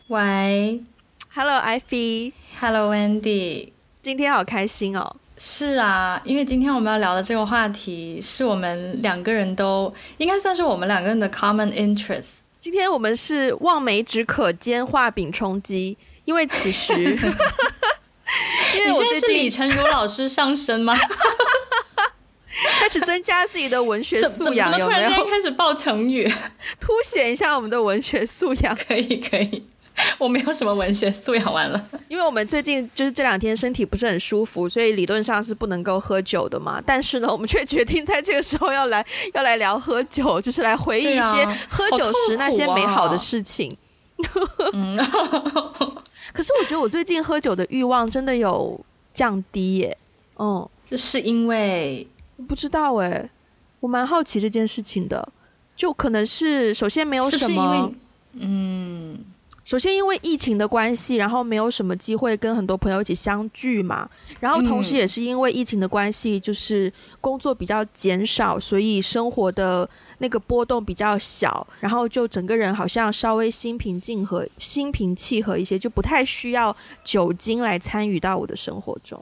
喂 Hello Ivy， ，Hello Wendy， 今天好开心哦。 是啊，因为今天我们要聊的这个话题是我们两个人都应该算是我们两个人的 common interest。 今天我们是望梅止渴兼画饼充饥，因为此时因为我最近你现在是李成儒老师上身吗？ 开始增加自己的文学素养， 怎么突然间有没有？ 开始报成语？ 凸显一下我们的文学素养。 可以可以，我没有什么文学素养，完了。 因为我们最近就是这2天身体不是很舒服，所以理论上是不能够喝酒的嘛。但是呢，我们却决定在这个时候要来聊喝酒，就是来回忆一些喝酒时那些美好的事情。可是我觉得我最近喝酒的欲望真的有降低耶。 是因为不知道耶，我蛮好奇这件事情的。就可能是首先没有什么， 是不是因为首先因为疫情的关系，然后没有什么机会跟很多朋友一起相聚嘛，然后同时也是因为疫情的关系，就是工作比较减少，所以生活的那个波动比较小，然后就整个人好像稍微心平气和一些，就不太需要酒精来参与到我的生活中。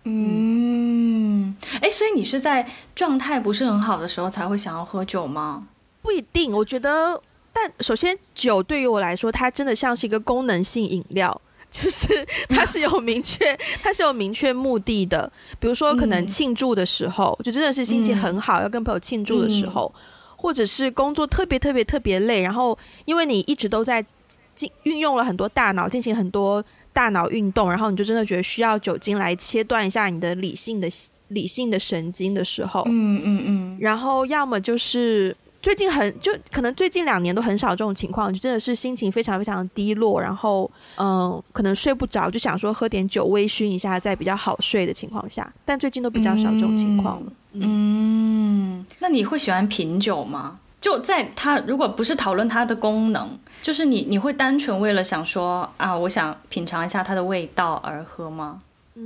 所以你是在状态不是很好的时候才会想要喝酒吗？ 不一定，我觉得。但首先酒对于我来说它真的像是一个功能性饮料，就是它是有明确目的的。比如说可能庆祝的时候，就真的是心情很好，要跟朋友庆祝的时候，或者是工作特别累，然后因为你一直都在运用了很多大脑，进行很多大脑运动，然后你就真的觉得需要酒精来切断一下你的理性的神经的时候，然后要么就是最近可能最近2年都很少这种情况，就真的是心情非常非常低落，然后可能睡不着，就想说喝点酒微醺一下，在比较好睡的情况下，但最近都比较少这种情况了。 那你会喜欢品酒吗？就在它如果不是讨论它的功能，就是你会单纯为了想说啊，我想品尝一下它的味道而喝吗？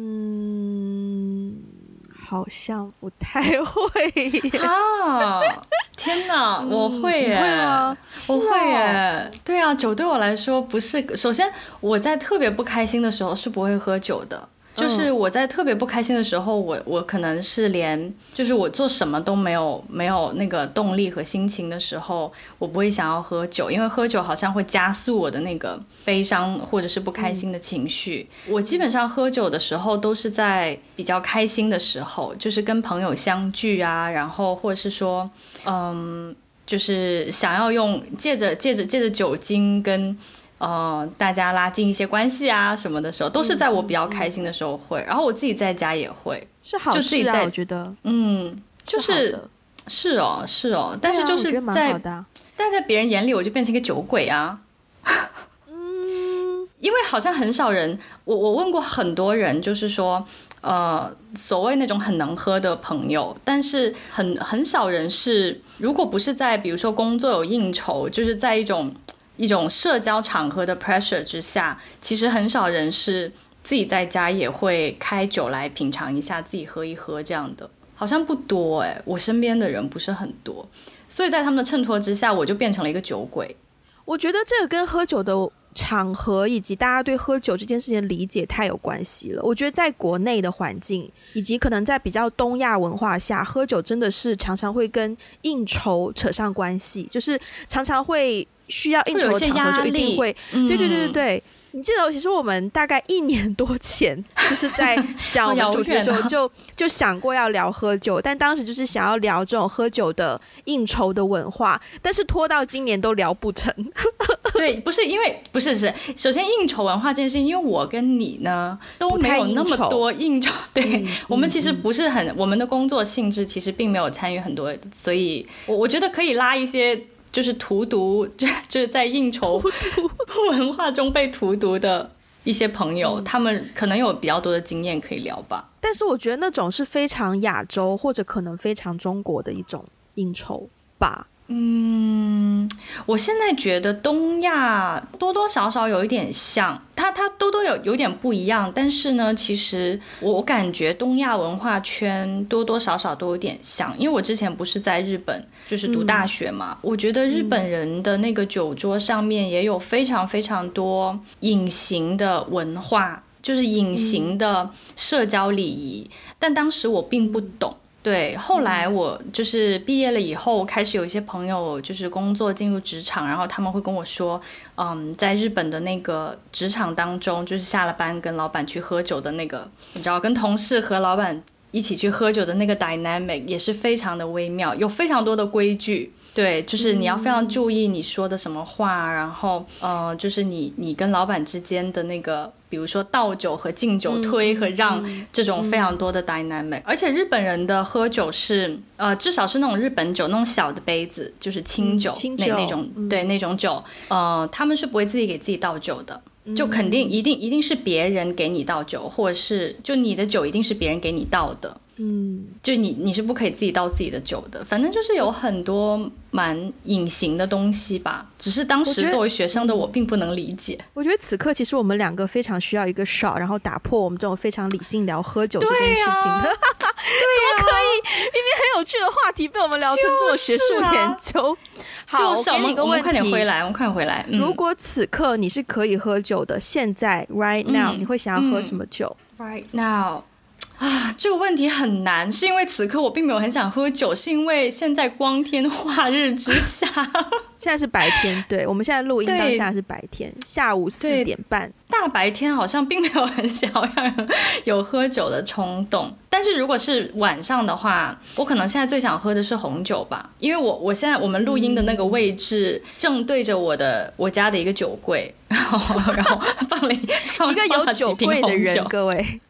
好像不太会耶。 天哪，我会耶！ 你会吗？ 我会耶！对啊，酒对我来说不是。首先，我在特别不开心的时候是不会喝酒的。就是我在特别不开心的时候，我可能是就是我做什么都没有那个动力和心情的时候，我不会想要喝酒，因为喝酒好像会加速我的那个悲伤或者是不开心的情绪。我基本上喝酒的时候都是在比较开心的时候，就是跟朋友相聚啊，然后或者是说就是想要借着酒精跟大家拉近一些关系啊什么的时候，都是在我比较开心的时候会，然后我自己在家也会， 是好事啊，就自己我觉得， 是哦，但是就是但在别人眼里我就变成一个酒鬼啊。因为好像很少人，我问过很多人，就是说所谓那种很能喝的朋友，但是很少人是，如果不是在比如说工作有应酬，就是在一种社交场合的 pressure 之下，其实很少人是自己在家也会开酒来品尝一下，自己喝一喝这样的，好像不多耶，我身边的人不是很多，所以在他们的衬托之下，我就变成了一个酒鬼。 我觉得这个跟喝酒的场合以及大家对喝酒这件事情的理解太有关系了。我觉得在国内的环境以及可能在比较东亚文化下，喝酒真的是常常会跟应酬扯上关系，就是常常会需要应酬的场合就一定会，对。你记得其实我们大概1年多前就是在想我们主题的时候就想过要聊喝酒，但当时就是想要聊这种喝酒的应酬的文化，但是拖到今年都聊不成。 对，不是因为不是首先应酬文化这件事情，因为我跟你呢都没有那么多应酬，对，我们其实不是很，我们的工作性质其实并没有参与很多，所以我觉得可以拉一些就是荼毒，就是在应酬文化中被荼毒的一些朋友，他们可能有比较多的经验可以聊吧。 但是我觉得那种是非常亚洲或者可能非常中国的一种应酬吧。 我现在觉得东亚多多少少有一点像，它多多有点不一样，但是呢，其实我感觉东亚文化圈多多少少都有点像，因为我之前不是在日本就是读大学嘛，我觉得日本人的那个酒桌上面也有非常非常多隐形的文化，就是隐形的社交礼仪，但当时我并不懂。对，后来我就是毕业了以后，开始有一些朋友就是工作进入职场，然后他们会跟我说，在日本的那个职场当中，就是下了班跟老板去喝酒的那个，你知道，跟同事和老板一起去喝酒的那个 dynamic 也是非常的微妙，有非常多的规矩。对，就是你要非常注意你说的什么话，然后就是你跟老板之间的那个，比如说倒酒和敬酒、推和让这种非常多的 dynamic。而且日本人的喝酒是至少是那种日本酒那种小的杯子，就是清酒，那种对那种酒，他们是不会自己给自己倒酒的。就肯定一定是别人给你倒酒，或者是就你的酒一定是别人给你倒的。就你是不可以自己倒自己的酒的，反正就是有很多蛮隐形的东西吧，只是当时作为学生的我并不能理解。 我觉得此刻其实我们两个非常需要一个shot，然后打破我们这种非常理性聊喝酒这件事情的。怎么可以明明很有趣的话题被我们聊成这种学术研究？好，我给你一个问题， 我们快点回来。 如果此刻你是可以喝酒的，现在 right now，你会想要喝什么酒 ？Right now。这个问题很难，是因为此刻我并没有很想喝酒，是因为现在光天化日之下现在是白天，对，我们现在录音当下是白天，下午4点半， 大白天好像并没有很想要让有喝酒的冲动。但是如果是晚上的话，我可能现在最想喝的是红酒吧，因为我现在我们录音的那个位置正对着我家的一个酒柜，然后放了一个有酒柜的人，各位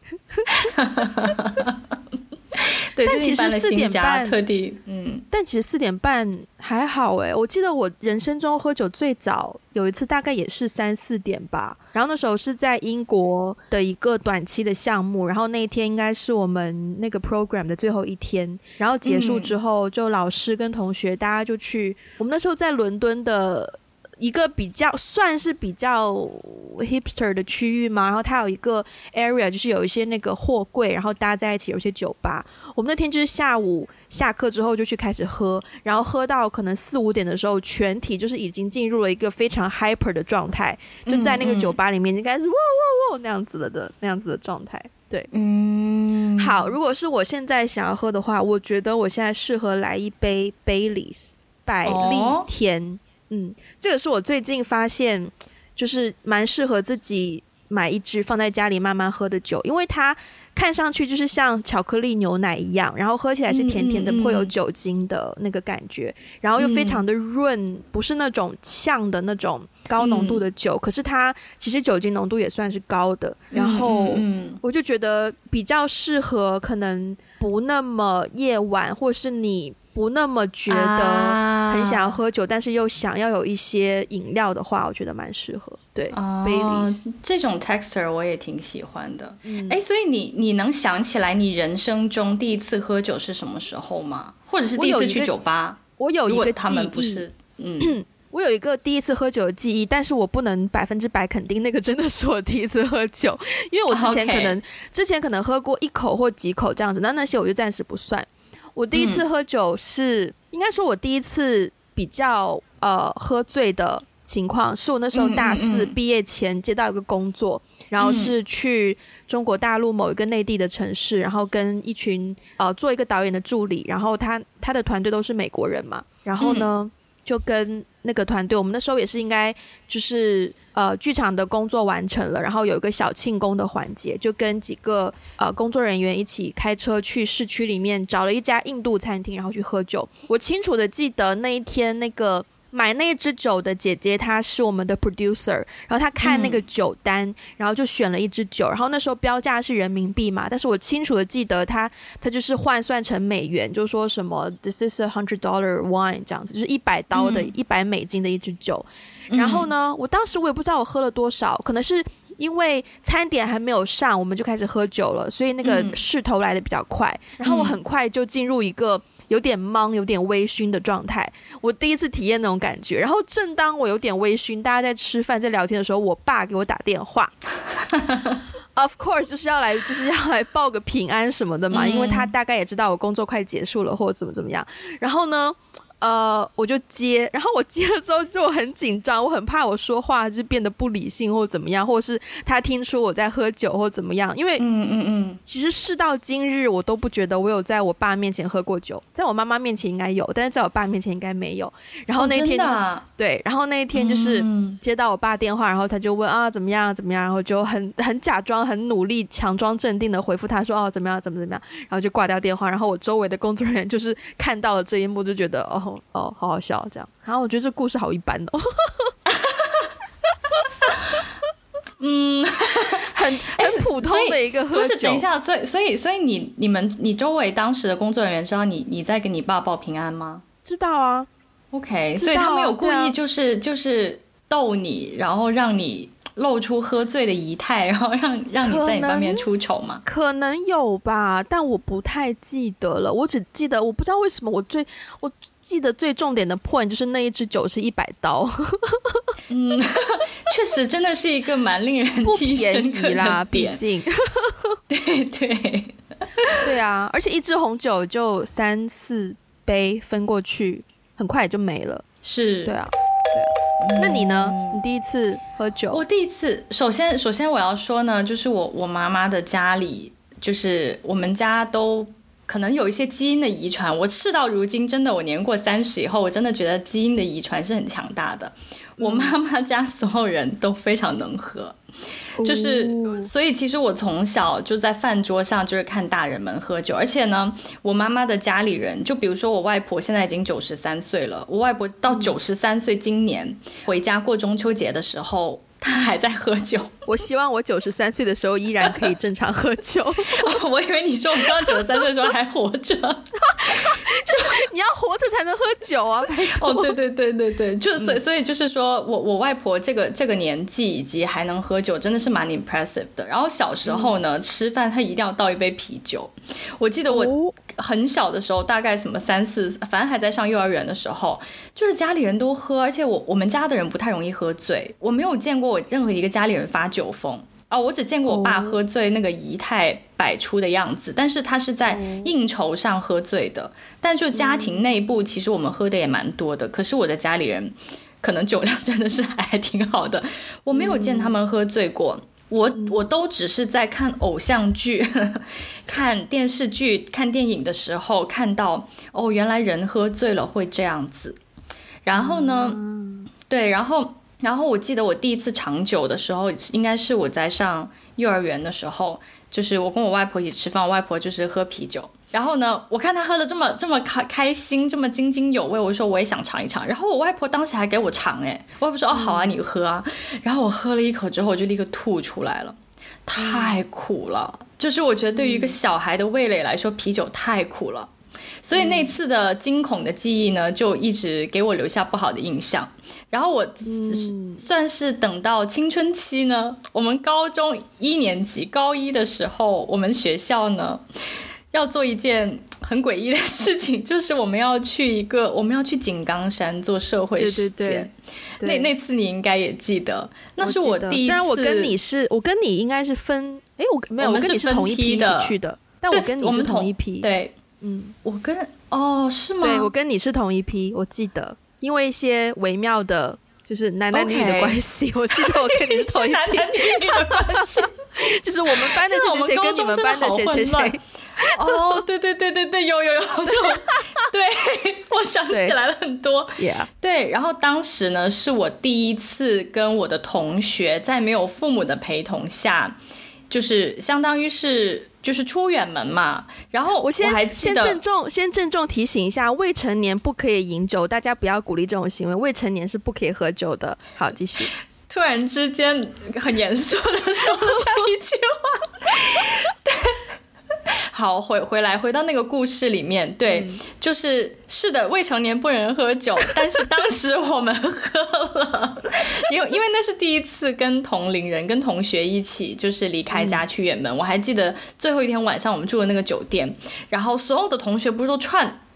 对， 但其实4点半特地但其实4点半还好哎，我记得我人生中喝酒最早有一次大概也是3、4点吧，然后那时候是在英国的一个短期的项目，然后那一天应该是我们那个 program 的最后一天，然后结束之后就老师跟同学大家就去我们那时候在伦敦的一个算是比较 hipster 的区域嘛，然后它有一个 area 就是有一些那个货柜，然后搭在一起有一些酒吧。我们那天就是下午下课之后就去开始喝，然后喝到可能4、5点的时候，全体就是已经进入了一个非常 hyper 的状态，就在那个酒吧里面应该是哇哇哇那样子的状态。对，好，如果是我现在想要喝的话，我觉得我现在适合来一杯 Baileys 百利甜。这个是我最近发现就是蛮适合自己买一支放在家里慢慢喝的酒，因为它看上去就是像巧克力牛奶一样，然后喝起来是甜甜的，会有酒精的那个感觉，然后又非常的润，不是那种呛的那种高浓度的酒，可是它其实酒精浓度也算是高的，然后我就觉得比较适合可能不那么夜晚，或是你不那么觉得很想要喝酒，但是又想要有一些饮料的话，我觉得蛮适合。对，Baileys 这种 texture 我也挺喜欢的。所以你能想起来你人生中第一次喝酒是什么时候吗？或者是第一次去酒吧？ 我有一个记忆， 他们不是我有一个第一次喝酒的记忆，但是我不能100%肯定那个真的是我第一次喝酒，因为我之前可能喝过1口或几口这样子，那些我就暂时不算。我第一次喝酒是应该说我第一次比较喝醉的情况，是我那时候大4毕业前接到一个工作，然后是去中国大陆某一个内地的城市，然后跟一群做一个导演的助理，然后他的团队都是美国人嘛，然后呢就跟那个团队，我们那时候也是应该就是剧场的工作完成了，然后有一个小庆功的环节，就跟几个工作人员一起开车去市区里面找了一家印度餐厅，然后去喝酒。我清楚的记得那一天那个买那支酒的姐姐她是我们的 producer， 然后她看那个酒单，然后就选了一支酒，然后那时候标价是人民币嘛，但是我清楚的记得她就是换算成美元，就说什么 this is $100 wine 这样子，就是$100的$100的一支酒。然后呢我当时我也不知道我喝了多少，可能是因为餐点还没有上我们就开始喝酒了，所以那个势头来的比较快，然后我很快就进入一个有点懵有点微醺的状态，我第一次体验那种感觉。然后正当我有点微醺，大家在吃饭在聊天的时候，我爸给我打电话Of course 就是要来报个平安什么的嘛，因为他大概也知道我工作快结束了或者怎么样。然后呢我就接，然后我接了之后就我很紧张，我很怕我说话就变得不理性或怎么样，或者是他听出我在喝酒或怎么样。因为其实事到今日我都不觉得我有在我爸面前喝过酒，在我妈妈面前应该有，但是在我爸面前应该没有。然后那一天就是对，然后那一天就是接到我爸电话，然后他就问怎么样怎么样，然后就很假装很努力强装镇定的回复他说怎么样怎么样，然后就挂掉电话。然后我周围的工作人员就是看到了这一幕就觉得好好笑这样。然后我觉得这故事好一般很普通的一个喝酒。 等一下，所以你周围当时的工作人员知道你在给你爸报平安吗？ 知道啊。 OK， 所以他们有故意就是逗你，然后让你露出喝醉的仪态，然后让你在你爸面出丑吗？ 可能有吧，但我不太记得了。我只记得，我不知道为什么我记得最重点的 point 就是那一支酒是100刀。 确实真的是一个蛮令人记深刻的点，不便宜啦， 毕竟。对啊，而且一支红酒就3-4杯分过去，很快也就没了。 是， 对啊。那你呢？你第一次喝酒？ 我第一次，首先我要说呢，就是我妈妈的家里，就是我们家都可能有一些基因的遗传。我事到如今，真的我年过30以后，我真的觉得基因的遗传是很强大的。我妈妈家所有人都非常能喝，就是所以其实我从小就在饭桌上就是看大人们喝酒。而且呢，我妈妈的家里人，就比如说我外婆现在已经93岁了，我外婆到93岁今年回家过中秋节的时候，她还在喝酒。 我希望我93岁的时候依然可以正常喝酒。 我以为你说我刚93岁的时候还活着。 就是你要活着才能喝酒啊！ 对，就所以就是说我外婆这个年纪以及还能喝酒，真的是蛮 impressive 的。然后小时候呢，吃饭她一定要倒一杯啤酒。我记得我很小的时候，大概什么3-4，反正还在上幼儿园的时候，就是家里人都喝，而且我们家的人不太容易喝醉，我没有见过我任何一个家里人发酒疯。我只见过我爸喝醉那个仪态摆出的样子，但是他是在应酬上喝醉的。但就家庭内部，其实我们喝的也蛮多的。可是我的家里人可能酒量真的是还挺好的，我没有见他们喝醉过。我都只是在看偶像剧、看电视剧、看电影的时候看到，原来人喝醉了会这样子。然后呢，对，然后我记得我第一次尝酒的时候，应该是我在上幼儿园的时候，就是我跟我外婆一起吃饭，我外婆就是喝啤酒。然后呢，我看她喝的这么开心，这么津津有味，我就说我也想尝一尝。然后我外婆当时还给我尝，我外婆说好啊，你喝啊。然后我喝了一口之后，我就立刻吐出来了，太苦了。就是我觉得对于一个小孩的味蕾来说，啤酒太苦了。所以那次的惊恐的记忆呢，就一直给我留下不好的印象。然后我算是等到青春期呢，我们高中1年级高1的时候，我们学校呢要做一件很诡异的事情，就是我们要去井冈山做社会实践。对，那次你应该也记得，那是我第一次。虽然我跟你应该是分，我跟你是同一批一起去的，但我跟你是同一批。 对。我跟是吗？ 对，我跟你是同一批，我记得，因为一些微妙的，就是男女的关系，我记得我跟你是同一批。 男女的关系， 就是我们班的谁谁谁跟你们班的谁谁谁。 对，有，对，我想起来了很多。对，然后当时呢，是我第一次跟我的同学在没有父母的陪同下，就是相当于是。就是出远门嘛，然后我还记得先郑重提醒一下，未成年不可以饮酒，大家不要鼓励这种行为，未成年是不可以喝酒的。好，继续。 突然之间很严肃的说了这样一句话。好，回到那个故事里面，对，是的，未成年不能喝酒，但是当时我们喝了，因为那是第一次跟同龄人、跟同学一起，就是离开家去远门。我还记得最后一天晚上我们住的那个酒店，然后所有的同学不是都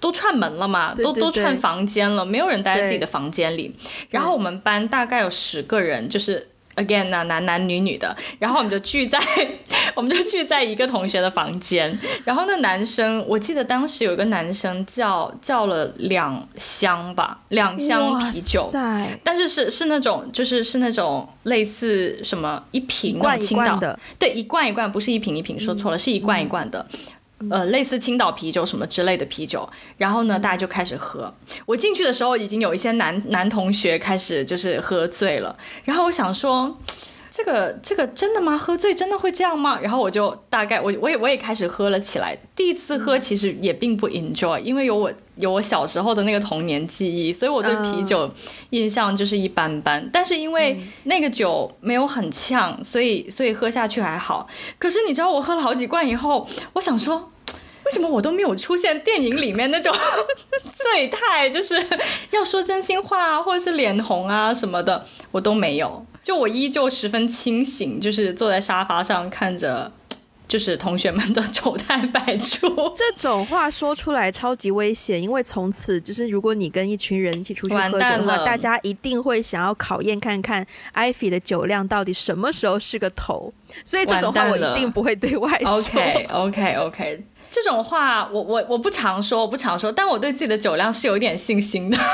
都串门了嘛， 对对对， 都串房间了，没有人待在自己的房间里。然后我们班大概有10个人，就是 again 男女的，然后我们就聚在一个同学的房间。然后那男生，我记得当时有一个男生叫了2箱啤酒，但是是那种是那种类似什么一瓶那种青岛的， 对，一罐不是一瓶，说错了，是一罐的。类似青岛啤酒什么之类的啤酒，然后呢，大家就开始喝。我进去的时候，已经有一些男同学开始就是喝醉了，然后我想说，这个真的吗？喝醉真的会这样吗？然后我就大概我也开始喝了起来。第一次喝其实也并不 enjoy，因为有我小时候的那个童年记忆，所以我对啤酒印象就是一般般。但是因为那个酒没有很呛，所以喝下去还好。可是你知道我喝了好几罐以后，我想说，为什么我都没有出现电影里面那种醉态，就是要说真心话啊，或者是脸红啊什么的，我都没有。就我依旧十分清醒，就是坐在沙发上看着就是同学们的丑态百出。 这种话说出来超级危险，因为从此就是如果你跟一群人一起出去喝酒的话，大家一定会想要考验看看 Ivy 的酒量到底什么时候是个头，所以这种话我一定不会对外说。 OK，这种话我不常说，但我对自己的酒量是有点信心的。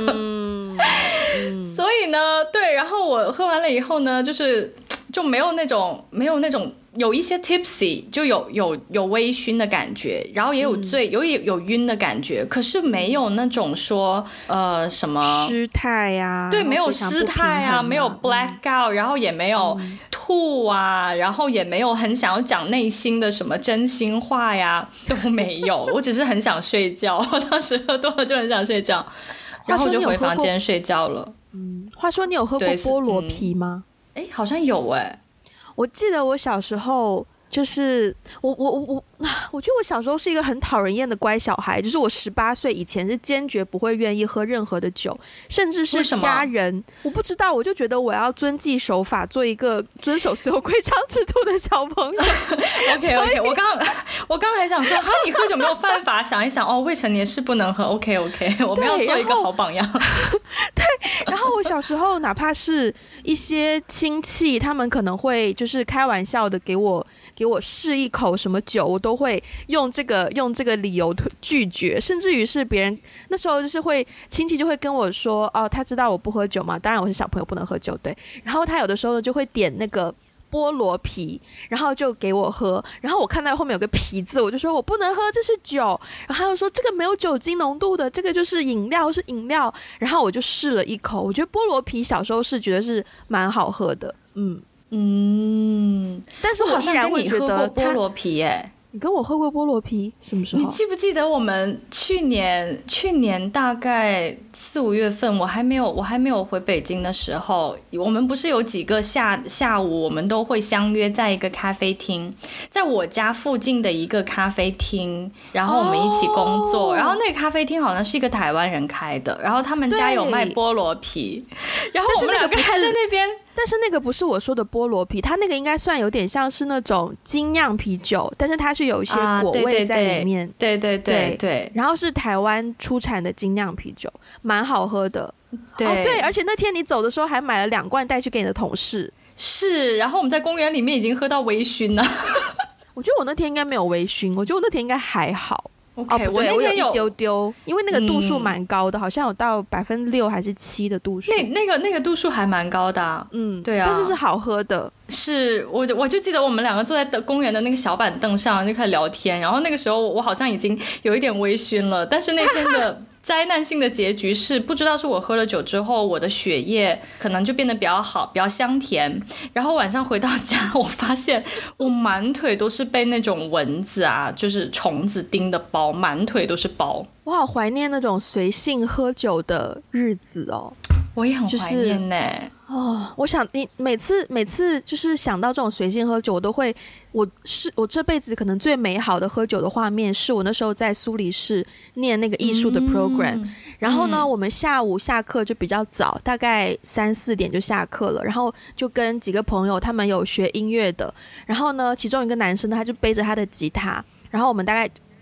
所以呢，对，然后我喝完了以后呢，就没有那种有一些 tipsy， 就有微醺的感觉，然后也有醉，有晕的感觉，可是没有那种说什么失态啊， 对，没有失态啊，没有 black out，然后也没有吐啊，然后也没有很想要讲内心的什么真心话呀，都没有。我只是很想睡觉，当时喝多了就很想睡觉，然后就回房间睡觉了。 话说你有喝过菠萝啤吗？ 好像有我记得我小时候就是我觉得我小时候是一个很讨人厌的乖小孩，就是我18岁以前是坚决不会愿意喝任何的酒，甚至是家人，我不知道，我就觉得我要遵纪守法，做一个遵守所有规章制度的小朋友。 OK， 我刚还想说，哈，你喝酒没有犯法，想一想，未成年是不能喝。OK， 我们要做一个好榜样。 对，然后我小时候哪怕是一些亲戚，他们可能会就是开玩笑的给我试一口什么酒，我都会用这个理由拒绝，甚至于是别人那时候就是亲戚就会跟我说，他知道我不喝酒嘛，当然我是小朋友不能喝酒，对，然后他有的时候就会点那个菠萝啤，然后就给我喝，然后我看到后面有个啤字，我就说我不能喝，这是酒，然后他就说这个没有酒精浓度的，这个就是饮料，然后我就试了一口，我觉得菠萝啤小时候是觉得是蛮好喝的，但是我好像跟你喝过菠萝啤耶。 你跟我喝过菠萝啤什么时候？ 你记不记得我们去年大概4、5月份，我还没有回北京的时候，我们不是有几个下午我们都会相约在一个咖啡厅，在我家附近的一个咖啡厅，然后我们一起工作，然后那个咖啡厅好像是一个台湾人开的，然后他们家有卖菠萝啤，然后我们两个还在那边。 但是那个不是我说的菠萝啤，它那个应该算有点像是那种精酿啤酒，但是它是有一些果味在里面。 对， 然后是台湾出产的精酿啤酒，蛮好喝的。 对， 而且那天你走的时候还买了2罐带去给你的同事。 是，然后我们在公园里面已经喝到微醺了。 我觉得我那天应该没有微醺，我觉得我那天应该还好。 Okay， 不对，我有一丢丢，因为那个度数蛮高的，好像有到6%还是7%的度数。 那个度数还蛮高的啊。对啊， 但是是好喝的。 是，我就记得我们两个坐在公园的那个小板凳上就开始聊天，然后那个时候我好像已经有一点微醺了，但是那天的灾难性的结局是不知道是我喝了酒之后我的血液可能就变得比较好，比较香甜，然后晚上回到家我发现我满腿都是被那种蚊子啊就是虫子叮的包，满腿都是包。 我好怀念那种随性喝酒的日子哦。 我也很怀念呢。 我想你每次就是想到这种随性喝酒，我都会，我这辈子可能最美好的喝酒的画面，是我那时候在苏黎世念那个艺术的 program，然后呢，我们下午下课就比较早，大概3、4点就下课了，然后就跟几个朋友，他们有学音乐的，然后呢，其中一个男生呢，他就背着他的吉他，然后我们大概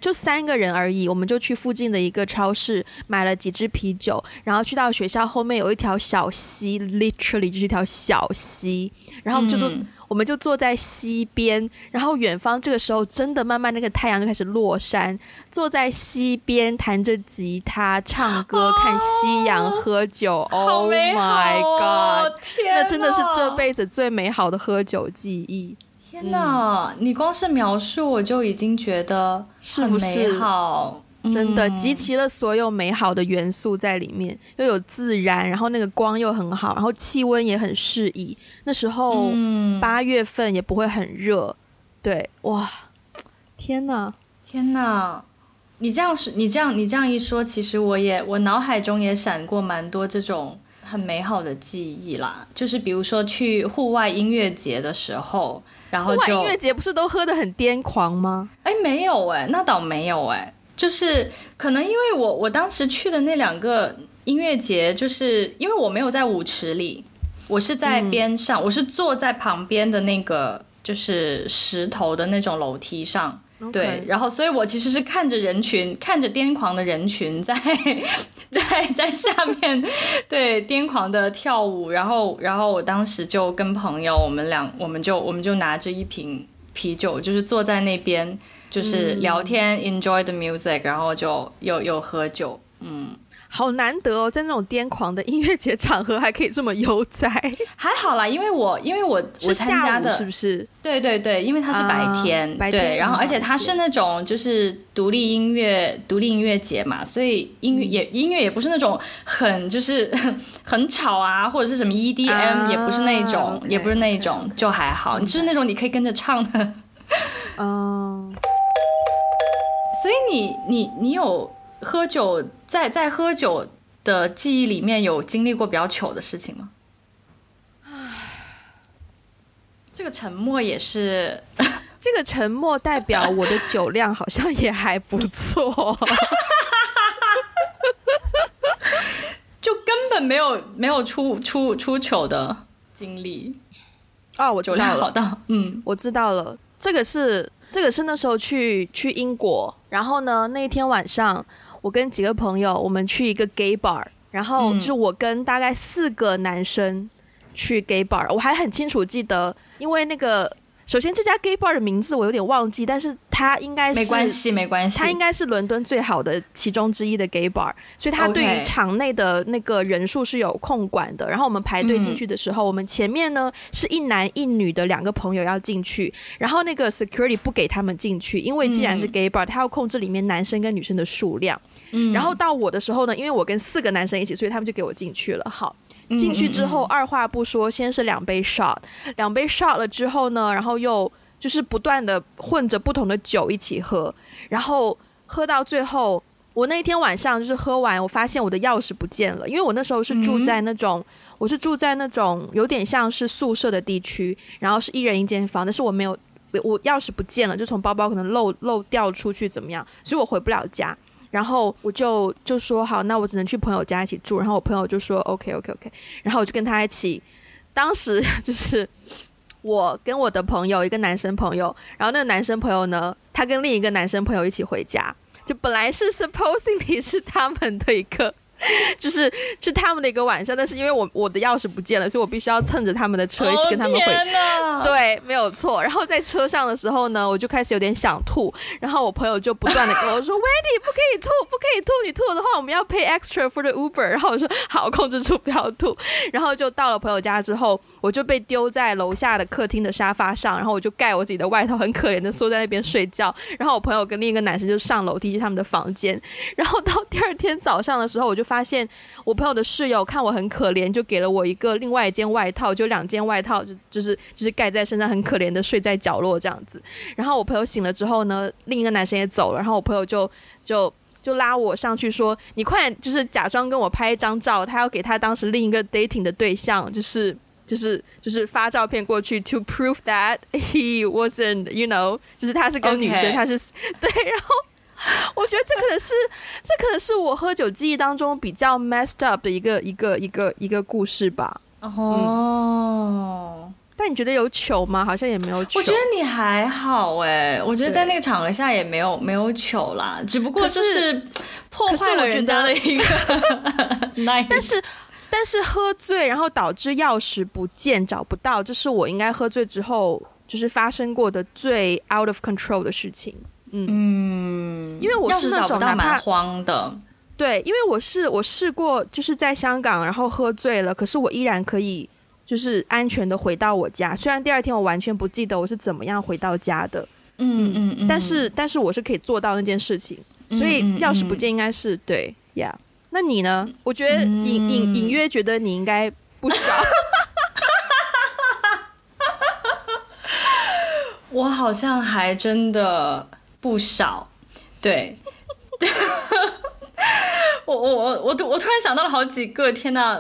就3个人而已，我们就去附近的一个超市买了几支啤酒，然后去到学校后面有一条小溪 literally 就是一条小溪，然后我们就坐在溪边，然后远方这个时候真的慢慢那个太阳就开始落山，坐在溪边弹着吉他唱歌看夕阳喝酒，Oh my god， 那真的是这辈子最美好的喝酒记忆。 天哪，你光是描述我就已经觉得很美好， 是不是？真的集齐了所有美好的元素在里面，又有自然，然后那个光又很好，然后气温也很适宜，那时候8月份也不会很热，对，哇，天哪天哪，你这样一说，其实我脑海中也闪过蛮多这种很美好的记忆啦，就是比如说去户外音乐节的时候，然后户外音乐节不是都喝得很癫狂吗？ 没有那倒没有就是可能因为我当时去的那2个音乐节，就是因为我没有在舞池里，我是在边上，我是坐在旁边的那个就是石头的那种楼梯上，对，然后所以我其实是看着人群，看着癫狂的人群在下面对癫狂的跳舞，然后我当时就跟朋友我们就拿着一瓶啤酒，就是坐在那边就是聊天enjoy the music， 然后就有喝酒， 好难得哦，在那种癫狂的音乐节场合还可以这么悠哉。 还好啦，因为我参加的是不是？ 对对对，因为它是白天，对，然后而且它是那种就是独立音乐节嘛，所以音乐也不是那种很就是很吵啊，或者是什么 EDM，也不是那种，也不是那种，就还好，你就是那种你可以跟着唱的。所以你有喝酒，在喝酒的记忆里面有经历过比较糗的事情吗？这个沉默也是这个沉默代表我的酒量好像也还不错就根本没有出糗的经历。 我知道了，酒量好到我知道了，这个是那时候去英国，然后呢那一天晚上我跟几个朋友我们去一个 gay bar， 然后就是我跟大概4个男生去 gay bar， 我还很清楚记得，因为那个首先这家 gay bar 的名字我有点忘记，但是它应该是没关系， 它应该是伦敦最好的其中之一的 gay bar， 所以它对于场内的那个人数是有控管的。然后我们排队进去的时候，我们前面呢是一男一女的2个朋友要进去，然后那个 security 不给他们进去，因为既然是 gay bar， 他要控制里面男生跟女生的数量。然后到我的时候呢，因为我跟4个男生一起，所以他们就给我进去了。好，进去之后二话不说，先是2杯 shot，2杯 shot 了之后呢，然后又就是不断的混着不同的酒一起喝，然后喝到最后，我那一天晚上就是喝完，我发现我的钥匙不见了，因为我那时候是住在那种，我是住在那种有点像是宿舍的地区，然后是1人1间房，但是我没有，我钥匙不见了，就从包包可能漏掉出去怎么样，所以我回不了家。然后我就说好，那我只能去朋友家一起住。然后我朋友就说 OK， 然后我就跟他一起。当时就是我跟我的朋友，一个男生朋友，然后那个男生朋友呢，他跟另一个男生朋友一起回家。就本来是 supposedly 是他们的一个。是他们的一个晚上，但是因为我的钥匙不见了，所以我必须要蹭着他们的车一起跟他们回。对，没有错。然后在车上的时候呢，我就开始有点想吐，然后我朋友就不断的跟我说：“Wendy， 不可以吐，不可以吐，你吐的话我们要 pay extra for the Uber。”然后我说：“好，控制住不要吐。”然后就到了朋友家之后，我就被丢在楼下的客厅的沙发上，然后我就盖我自己的外套，很可怜的缩在那边睡觉。然后我朋友跟另一个男生就上楼梯去他们的房间。然后到第2天早上的时候，我就发现我朋友的室友看我很可怜，就给了我另外一件外套，就2件外套，就是盖在身上，很可怜的睡在角落这样子。然后我朋友醒了之后呢，另一个男生也走了，然后我朋友就拉我上去说：“你快点，就是假装跟我拍一张照，他要给他当时另一个 dating 的对象，就是发照片过去 to prove that he wasn't you know， 就是他是跟女生，他是对，然后。”我觉得这可能是我喝酒记忆当中比较 messed up 的一个故事吧。 哦， 大但你觉得有糗吗？好像也没有糗。 我觉得你还好哎，我觉得在那个场合下也没有糗啦，只不过就是破坏了人家的一个但是喝醉然后导致钥匙不见找不到，这是我应该喝醉之后就是发生过的最 out of control 的事情。因为我是那种哪怕蛮慌的。 对，因为我试过就是在香港然后喝醉了，可是我依然可以就是安全的回到我家，虽然第二天我完全不记得我是怎么样回到家的。但是我是可以做到那件事情，所以钥匙不见应该是对呀。那你呢？我觉得隐约觉得你应该不少。 我好像还真的不少，对。我突然想到了好几个，天哪！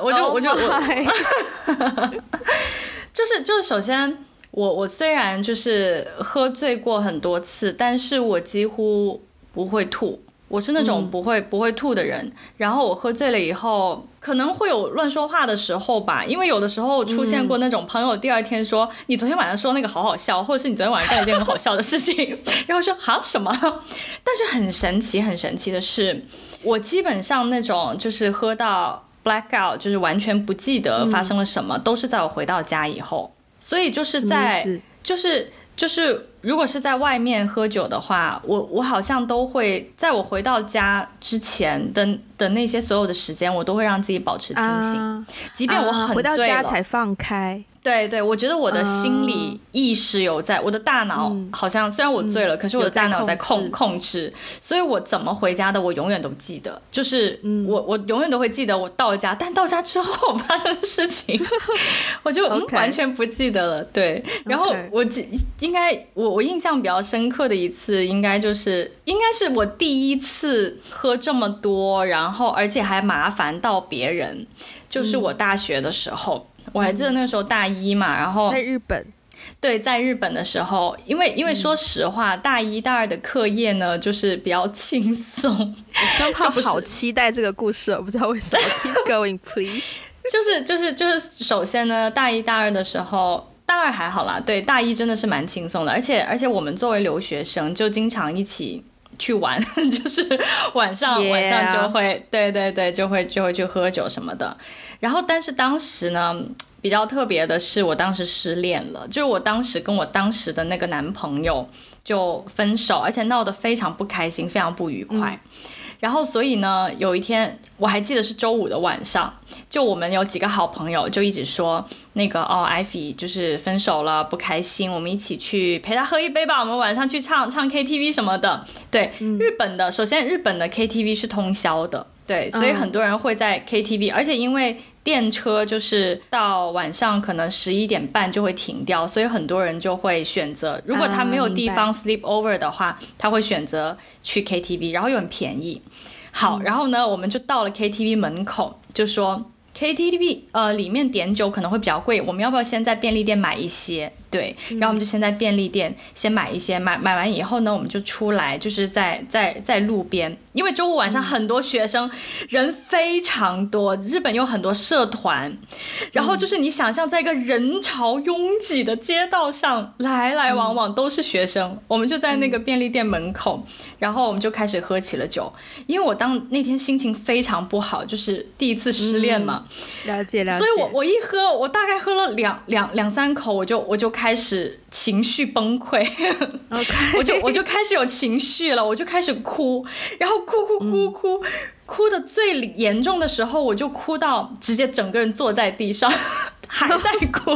就是首先我虽然就是喝醉过很多次，但是我几乎不会吐。我是那种不会吐的人，然后我喝醉了以后可能会有乱说话的时候吧，因为有的时候出现过那种朋友第二天说你昨天晚上说那个好好笑，或者是你昨天晚上干了一件很好笑的事情，然后说哈什么？但是很神奇的是，我基本上那种就是喝到 blackout 就是完全不记得发生了什么，都是在我回到家以后。所以就是在就是如果是在外面喝酒的话，我好像都会在我回到家之前的那些所有的时间，我都会让自己保持清醒，即便我很醉了， 回到家才放开。 对，我觉得我的心理意识有在，我的大脑好像虽然我醉了，可是我的大脑在控制，所以我怎么回家的我永远都记得，就是我永远都会记得我到家，但到家之后发生的事情我就完全不记得了。对，然后我印象比较深刻的一次应该是我第一次喝这么多，然后而且还麻烦到别人，就是我大学的时候。我还记得那个时候大一嘛，然后在日本， 对，在日本的时候，因为说实话，大一大二的课业呢，就是比较轻松。 我好期待这个故事，我不知道为什么。Keep going, please。 就是首先呢，大一大二的时候，大二还好啦，对，大一真的是蛮轻松的，而且我们作为留学生，就经常一起去玩，就是晚上就会，对，就会去喝酒什么的。然后但是当时呢比较特别的是，我当时失恋了，就是我当时跟我当时的那个男朋友就分手，而且闹得非常不开心，非常不愉快。然后所以呢，有一天我还记得是周五的晚上，就我们有几个好朋友就一直说那个艾菲就是分手了不开心，我们一起去陪他喝一杯吧，我们晚上去唱 KTV 什么的。对，首先日本的 KTV 是通宵的，对，所以很多人会在 KTV，而且因为电车就是到晚上可能11点半就会停掉，所以很多人就会选择，如果他没有地方 sleep over 的话，他会选择去 KTV， 然后又很便宜。好，然后呢我们就到了 KTV 门口，就说 KTV 里面点酒可能会比较贵，我们要不要先在便利店买一些？对，然后我们就先在便利店先买一些，买完以后呢，我们就出来，就是在路边，因为周五晚上很多学生，人非常多，日本有很多社团，然后就是你想象在一个人潮拥挤的街道上，来往往都是学生，我们就在那个便利店门口，然后我们就开始喝起了酒，因为我那天心情非常不好，就是第一次失恋嘛， 了解， 所以我一喝，我大概喝了两三口，我就开始情绪崩溃，okay. 我就开始有情绪了，我就开始哭，然后哭的最严重的时候，我就哭到直接整个人坐在地上，还在哭。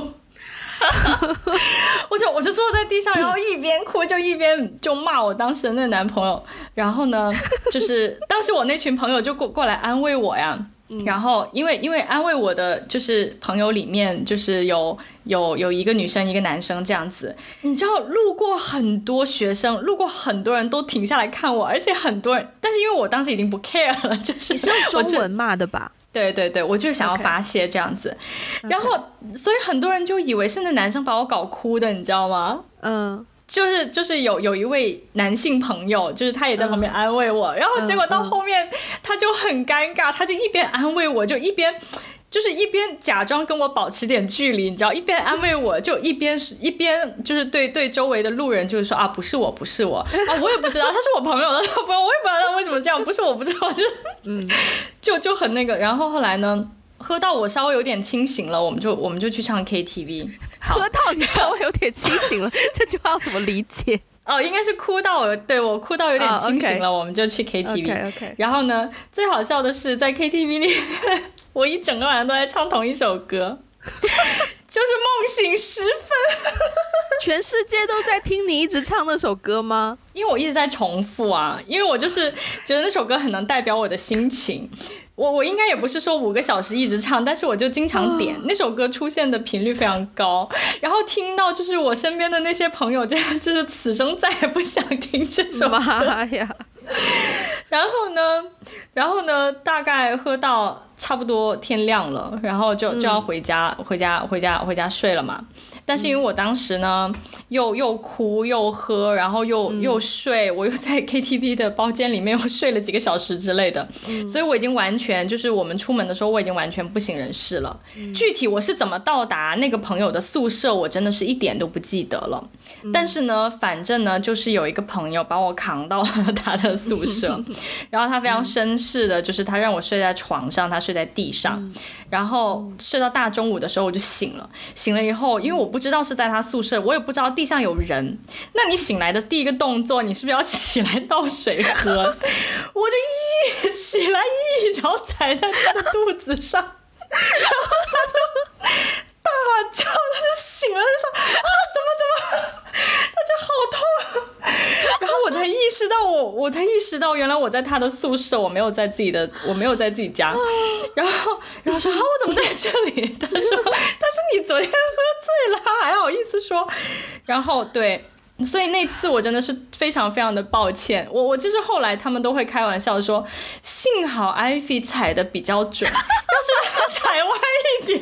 我就坐在地上，然后一边哭就一边就骂我当时的那个男朋友，然后呢，就是当时我那群朋友就过来安慰我呀。然后因为安慰我的就是朋友里面就是有一个女生一个男生这样子，你知道路过很多学生，路过很多人都停下来看我，而且很多人，但是因为我当时已经不 care 了，就是你是用中文骂的吧？ 对，我就是想要发泄这样子， okay. 然后所以很多人就以为是那男生把我搞哭的，你知道吗？就是有一位男性朋友，就是他也在旁边安慰我，然后结果到后面他就很尴尬，他就一边安慰我，就一边就是一边假装跟我保持点距离，你知道，一边安慰我，就一边就是对周围的路人就是说啊，不是我啊，我也不知道他是我朋友的，我也不知道他为什么这样，不是我不知道，就很那个。然后后来呢，喝到我稍微有点清醒了，我们就去唱 KTV。 喝到你稍微有点清醒了，这句话要怎么理解？ 哦，应该是哭到我哭到有点清醒了，我们就去 KTV。然后呢，最好笑的是在 KTV 里面，我一整个晚上都在唱同一首歌，就是梦醒时分。 全世界都在听你一直唱那首歌吗？ 因为我一直在重复啊，因为我就是觉得那首歌很能代表我的心情。我应该也不是说5个小时一直唱，但是我就经常点那首歌，出现的频率非常高，然后听到就是我身边的那些朋友就是此生再也不想听这首歌。 妈呀！ 然后呢大概喝到差不多天亮了，然后就要回家睡了嘛。但是因为我当时呢又哭又喝，然后又睡，我又在 KTV 的包间里面又睡了几个小时之类的，所以我已经完全就是我们出门的时候我已经完全不省人事了。具体我是怎么到达那个朋友的宿舍，我真的是一点都不记得了。但是呢，反正呢就是有一个朋友把我扛到了他的宿舍，然后他非常绅士的，就是他让我睡在床上，他睡在地上，然后睡到大中午的时候我就醒了以后，因为我不知道是在他宿舍，我也不知道地上有人，那你醒来的第一个动作你是不是要起来倒水喝？我就一起来一脚踩在他的肚子上，然后他就大叫，他就醒了，他说啊怎么他就好痛。然后我才意识到原来我在他的宿舍，我没有在自己家。然后说啊我怎么在这里？他说但是你昨天喝醉了还好意思说。然后对，所以那次我真的是非常非常的抱歉。我就是后来他们都会开玩笑说，幸好 Ivy 踩的比较准，要是他踩歪一点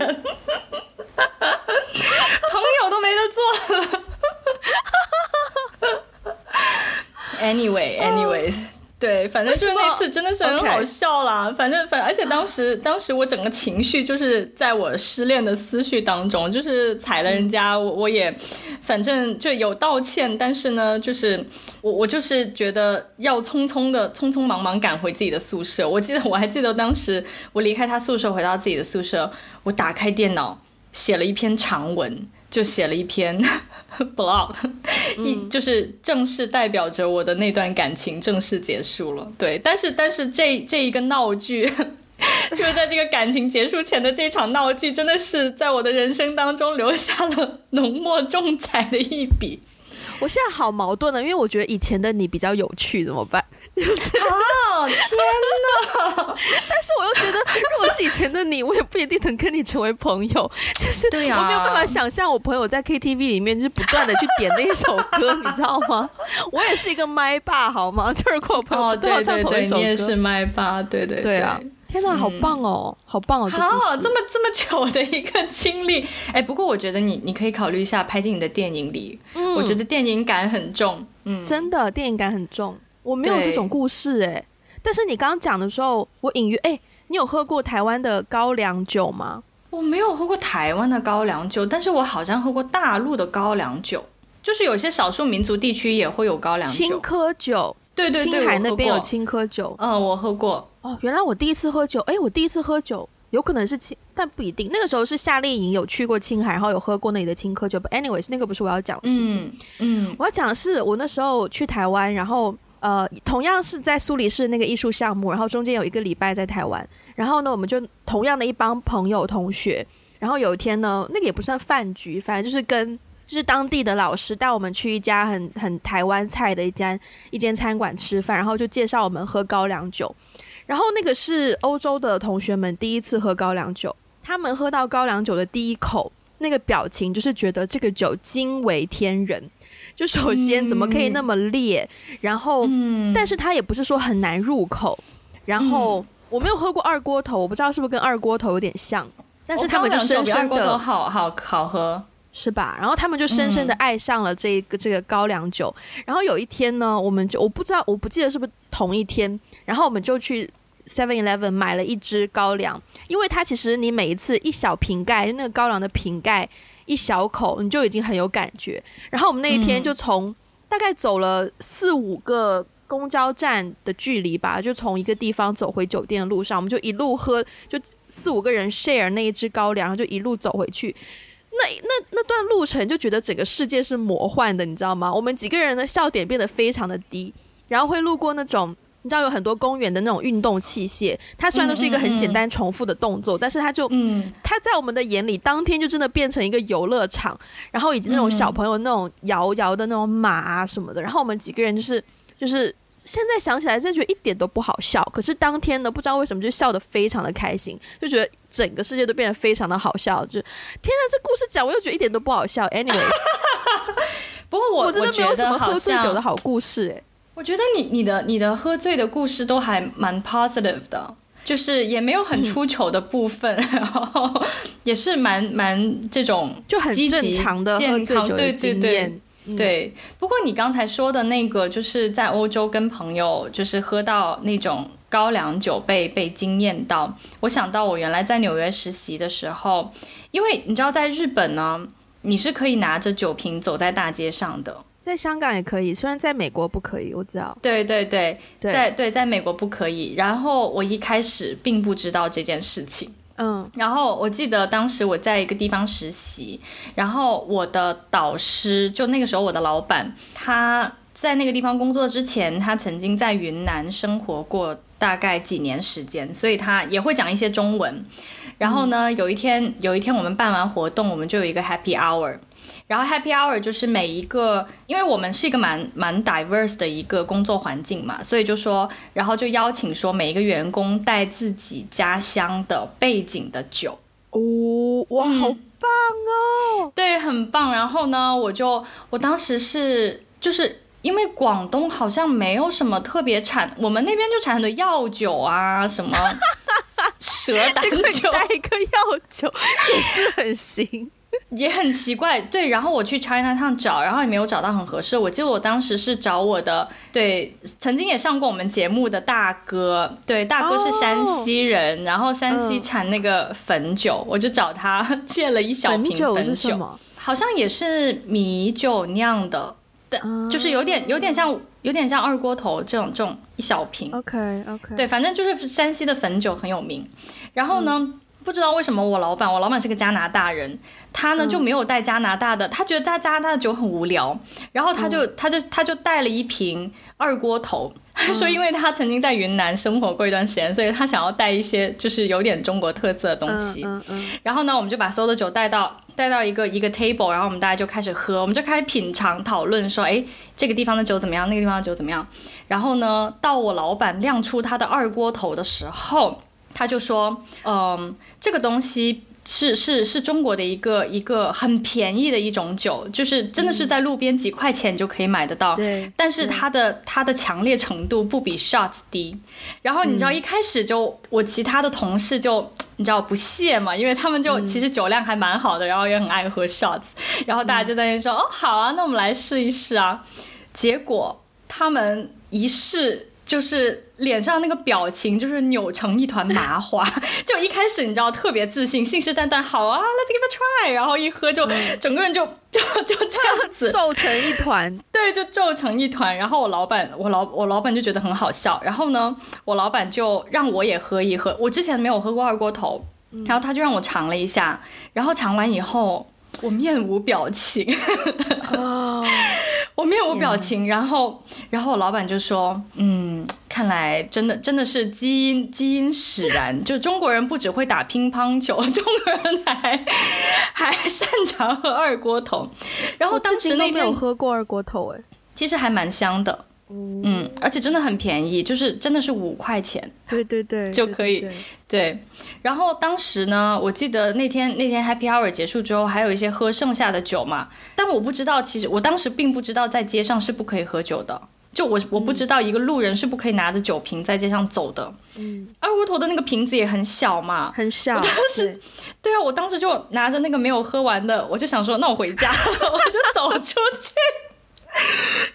朋友都没得做了。Anyway， 对，反正就是那次真的是很好笑啦。反正而且当时我整个情绪就是在我失恋的思绪当中，就是踩了人家，我也反正就有道歉，但是呢，就是我就是觉得要匆匆忙忙赶回自己的宿舍。我还记得当时我离开他宿舍回到自己的宿舍，我打开电脑写了一篇长文，就写了一篇blog，就是正式代表着我的那段感情正式结束了。对，但是这一个闹剧就是在这个感情结束前的这场闹剧，真的是在我的人生当中留下了浓墨重彩的一笔。 我现在好矛盾了，因为我觉得以前的你比较有趣，怎么办？就是哦，天哪！ 但是我又觉得，如果是以前的你，我也不一定能跟你成为朋友。就是我没有办法想象我朋友在 KTV 里面就是不断的去点那一首歌，你知道吗？我也是一个麦霸，好吗？就是跟我朋友不断唱同一首歌。 你也是麦霸，对啊。 天哪，好棒哦，好棒哦！ 好，这么久的一个经历，哎，不过我觉得你可以考虑一下拍进你的电影里，我觉得电影感很重， 真的电影感很重。我没有这种故事哎，但是你刚刚讲的时候，我隐约你有喝过台湾的高粱酒吗？ 我没有喝过台湾的高粱酒，但是我好像喝过大陆的高粱酒，就是有些少数民族地区也会有高粱酒， 青稞酒。对，青海那边有青稞酒。 我喝过。 哦，原来我第一次喝酒，我第一次喝酒有可能是但不一定。那个时候是夏令营，有去过青海，然后有喝过那里的青稞酒。But anyways， 那个不是我要讲的事情。我要讲的是我那时候去台湾，然后同样是在苏黎世那个艺术项目，然后中间有1个礼拜在台湾，然后呢，我们就同样的一帮朋友同学，然后有一天呢，那个也不算饭局，反正就是当地的老师带我们去一家很台湾菜的一间餐馆吃饭，然后就介绍我们喝高粱酒。然后那个是欧洲的同学们第一次喝高粱酒，他们喝到高粱酒的第一口，那个表情就是觉得这个酒惊为天人。就首先怎么可以那么烈，然后但是它也不是说很难入口。然后我没有喝过二锅头，我不知道是不是跟二锅头有点像，但是他们就深深的好喝。 是吧？然后他们就深深的爱上了这个高粱酒。然后有一天呢，我不记得是不是同一天，然后我们就去 7-Eleven 买了一支高粱，因为它其实你每一次一小瓶盖，那个高粱的瓶盖一小口，你就已经很有感觉。然后我们那一天就从大概走了4-5个公交站的距离吧，就从一个地方走回酒店的路上，我们就一路喝，就4-5个人 share 那一支高粱，就一路走回去。那段路程就觉得整个世界是魔幻的，你知道吗？我们几个人的笑点变得非常的低，然后会路过那种你知道有很多公园的那种运动器械，它虽然都是一个很简单重复的动作，但是它在我们的眼里当天就真的变成一个游乐场，然后以及那种小朋友那种摇摇的那种马啊什么的，然后我们几个人就是现在想起来真的觉得一点都不好笑，可是当天呢不知道为什么就笑得非常的开心，就觉得整个世界都变得非常的好笑，就天哪，这故事讲我又觉得一点都不好笑。 anyways 不过我真的没有什么喝醉酒的好故事欸。 我觉得你的喝醉的故事都还蛮 positive 的，就是也没有很出糗的部分，然后也是蛮这种就很正常的喝醉酒的经验。 对，不过你刚才说的那个，就是在欧洲跟朋友就是喝到那种高粱酒被惊艳到，我想到我原来在纽约实习的时候，因为你知道在日本呢，你是可以拿着酒瓶走在大街上的。 在香港也可以，虽然在美国不可以，我知道。 对，在美国不可以。然后我一开始并不知道这件事情。然后我记得当时我在一个地方实习，然后我的导师就那个时候我的老板，他在那个地方工作之前，他曾经在云南生活过大概几年时间，所以他也会讲一些中文。然后呢，有一天我们办完活动，我们就有一个 happy hour。然后 happy hour 就是每一个，因为我们是一个蛮 diverse 的一个工作环境嘛，所以就说，然后就邀请说每一个员工带自己家乡的背景的酒。 哇，好棒哦！ 对，很棒。然后呢，我当时就是因为广东好像没有什么特别产，我们那边就产很多药酒啊，什么蛇胆酒， 带一个药酒也是很行。 也很奇怪，对，然后我去 Chinatown 找，然后也没有找到很合适。我记得我当时是找我的，对，曾经也上过我们节目的大哥，对，大哥是山西人，然后山西产那个汾酒，我就找他借了一小瓶汾酒。 是什么？ 好像也是米酒酿的，就是有点像二锅头这种一小瓶。 OK， 对，反正就是山西的汾酒很有名。然后呢？不知道为什么我老板是个加拿大人，他呢就没有带加拿大的，他觉得加拿大的酒很无聊，然后他就带了一瓶二锅头，他说因为他曾经在云南生活过一段时间，所以他想要带一些就是有点中国特色的东西。然后呢，我们就把所有的酒带到一个 table， 然后我们大家就开始喝，我们就开始品尝讨论说，哎，这个地方的酒怎么样，那个地方的酒怎么样。然后呢，到我老板亮出他的二锅头的时候，他就说，这个东西是中国的一个很便宜的一种酒，就是真的是在路边几块钱就可以买得到。 对， 但是它的强烈程度不比 shots 低。然后你知道一开始就我其他的同事就你知道不屑嘛，因为他们就其实酒量还蛮好的，然后也很爱喝 shots， 然后大家就在那说，哦，好啊，那我们来试一试啊。结果他们一试，就是脸上那个表情就是扭成一团麻花就一开始你知道特别自信，信誓旦旦，好啊 let's give a try， 然后一喝就整个人就这样子皱成一团。 对，就皱成一团。然后我老板就觉得很好笑，然后呢我老板就让我也喝一喝，我之前没有喝过二锅头，然后他就让我尝了一下，然后尝完以后我面无表情我面无表情，然后我老板就说，看来真的是基因使然，就中国人不只会打乒乓球，中国人还擅长喝二锅头。然后当时那天我没有喝过二锅头， 其实还蛮香的。而且真的很便宜，就是真的是5块钱， 对就可以。对，然后当时呢，我记得那天 Happy Hour 结束之后，还有一些喝剩下的酒嘛，但我不知道，其实我当时并不知道在街上是不可以喝酒的，就我不知道一个路人是不可以拿着酒瓶在街上走的。二锅头的那个瓶子也很小嘛， 很小。 我当时对啊，我当时就拿着那个没有喝完的，我就想说，那我回家了，我就走出去。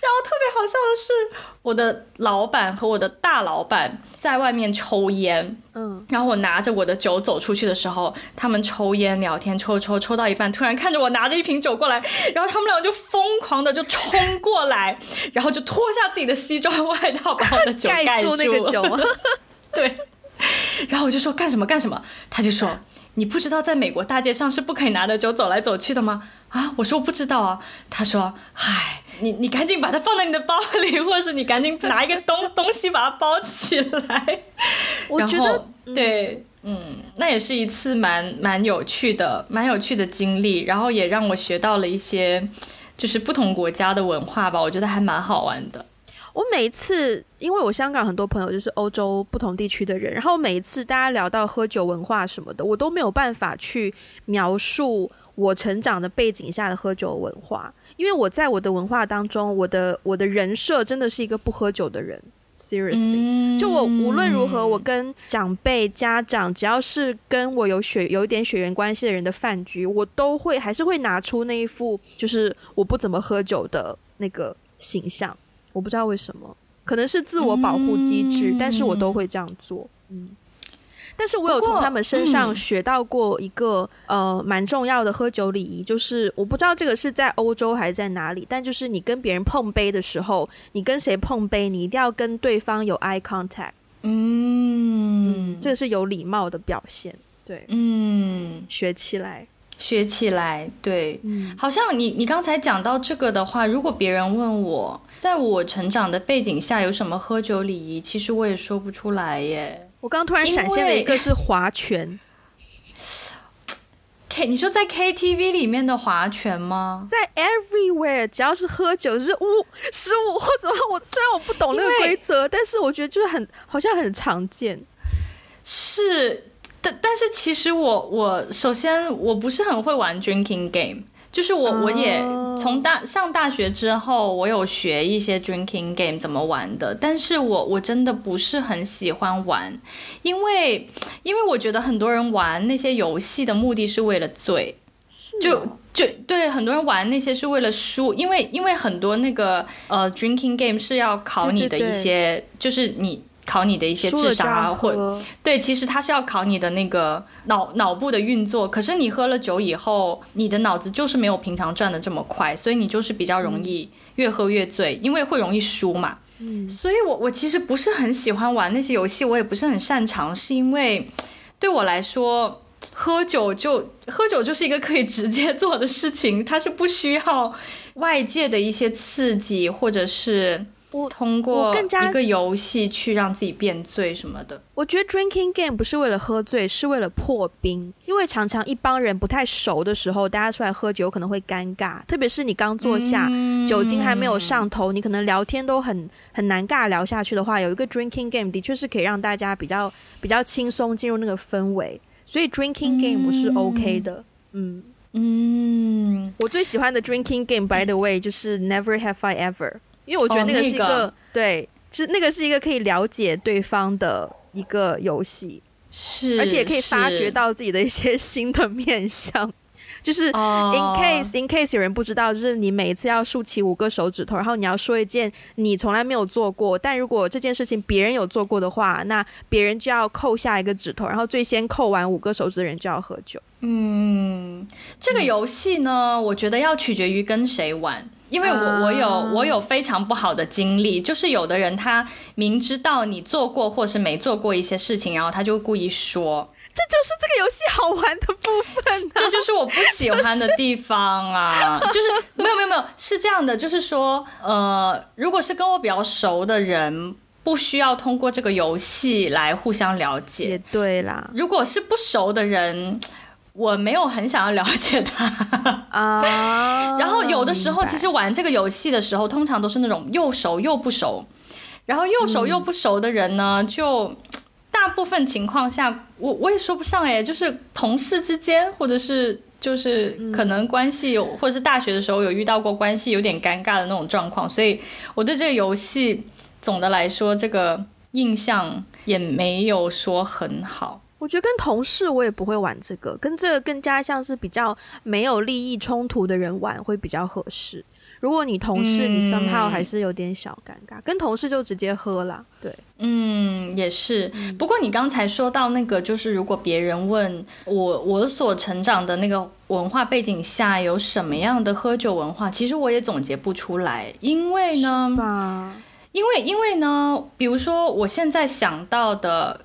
后特别好笑的是，我的老板和我的大老板在外面抽烟，然后我拿着我的酒走出去的时候，他们抽烟聊天，抽到一半，突然看着我拿着一瓶酒过来，然后他们俩就疯狂的就冲过来，然后就脱下自己的西装外套，把我的酒盖住那个酒对，然后我就说干什么，他就说你不知道在美国大街上是不可以拿着酒走来走去的吗？啊，我说我不知道啊。他说唉，你赶紧把它放在你的包里，或者是你赶紧拿一个东西把它包起来。 我觉得对，那也是一次蛮有趣的经历，然后也让我学到了一些就是不同国家的文化吧，我觉得还蛮好玩的。 我每一次，因为我香港很多朋友就是欧洲不同地区的人，然后每一次大家聊到喝酒文化什么的，我都没有办法去描述我成长的背景下的喝酒文化，因为我在我的文化当中，我的人设真的是一个不喝酒的人。Seriously，就我无论如何，我跟长辈、家长，只要是跟我有一点血缘关系的人的饭局，我都还是会拿出那一副就是我不怎么喝酒的那个形象。我不知道为什么，可能是自我保护机制，但是我都会这样做。但是我有从他们身上学到过一个蛮重要的喝酒礼仪，就是我不知道这个是在欧洲还是在哪里，但就是你跟别人碰杯的时候，你跟谁碰杯，你一定要跟对方有 eye contact。这个是有礼貌的表现。对，学起来，对，好像你刚才讲到这个的话，如果别人问我，在我成长的背景下有什么喝酒礼仪，其实我也说不出来耶。 我刚刚突然闪现了一个是划拳。 你说在 KTV 里面的划拳吗？ 在 everywhere， 只要是喝酒就是15，或者虽然我不懂那个规则，但是我觉得就是好像很常见。 是。但是其实我首先我不是很会玩 drinking game， 就是我也从上大学之后，我有学一些 drinking game 怎么玩的，但是我真的不是很喜欢玩，因为我觉得很多人玩那些游戏的目的是为了醉，就对，很多人玩那些是为了输，因为很多那个drinking game 是要考你的一些，就是考你的一些智商啊，或对，其实它是要考你的那个脑部的运作。可是你喝了酒以后，你的脑子就是没有平常转的这么快，所以你就是比较容易越喝越醉，因为会容易输嘛。所以我其实不是很喜欢玩那些游戏，我也不是很擅长，是因为对我来说，喝酒就是一个可以直接做的事情，它是不需要外界的一些刺激，或者是通过一个游戏去让自己变醉什么的。 我觉得 drinking game 不是为了喝醉，是为了破冰，因为常常一帮人不太熟的时候，大家出来喝酒可能会尴尬，特别是你刚坐下，酒精还没有上头，你可能聊天都很难尬聊下去的话，有一个 drinking game 的确是可以让大家比较轻松进入那个氛围，所以 drinking game 我是 OK 的。我最喜欢的 drinking game by the way 就是 Never Have I Ever，因为我觉得那个是一个、对，那个是一个可以了解对方的一个游戏， 是， 而且也可以发掘到自己的一些新的面向。就是 in case 有人不知道，就是你每一次要竖起5个手指头，然后你要说一件你从来没有做过，但如果这件事情别人有做过的话，那别人就要扣下一个指头，然后最先扣完5个手指的人就要喝酒。 这个游戏呢，我觉得要取决于跟谁玩。因为我有非常不好的经历，就是有的人他明知道你做过或是没做过一些事情，然后他就故意说， 这就是这个游戏好玩的部分这就是我不喜欢的地方啊。就是没有，是这样的，就是说如果是跟我比较熟的人，不需要通过这个游戏来互相了解。 也对啦， 如果是不熟的人，我没有很想要了解他然后有的时候其实玩这个游戏的时候，通常都是那种又熟又不熟，然后又熟又不熟的人呢，就大部分情况下我也说不上耶，就是同事之间，或者是就是可能关系有，或者是大学的时候有遇到过关系有点尴尬的那种状况，所以我对这个游戏总的来说这个印象也没有说很好。 我觉得跟同事我也不会玩这个，跟这个更加像是比较没有利益冲突的人玩会比较合适。如果你同事你 somehow 还是有点小尴尬，跟同事就直接喝啦。对， 也是。不过你刚才说到那个，就是如果别人问我所成长的那个文化背景下有什么样的喝酒文化，其实我也总结不出来，因为呢，因为呢，比如说我现在想到的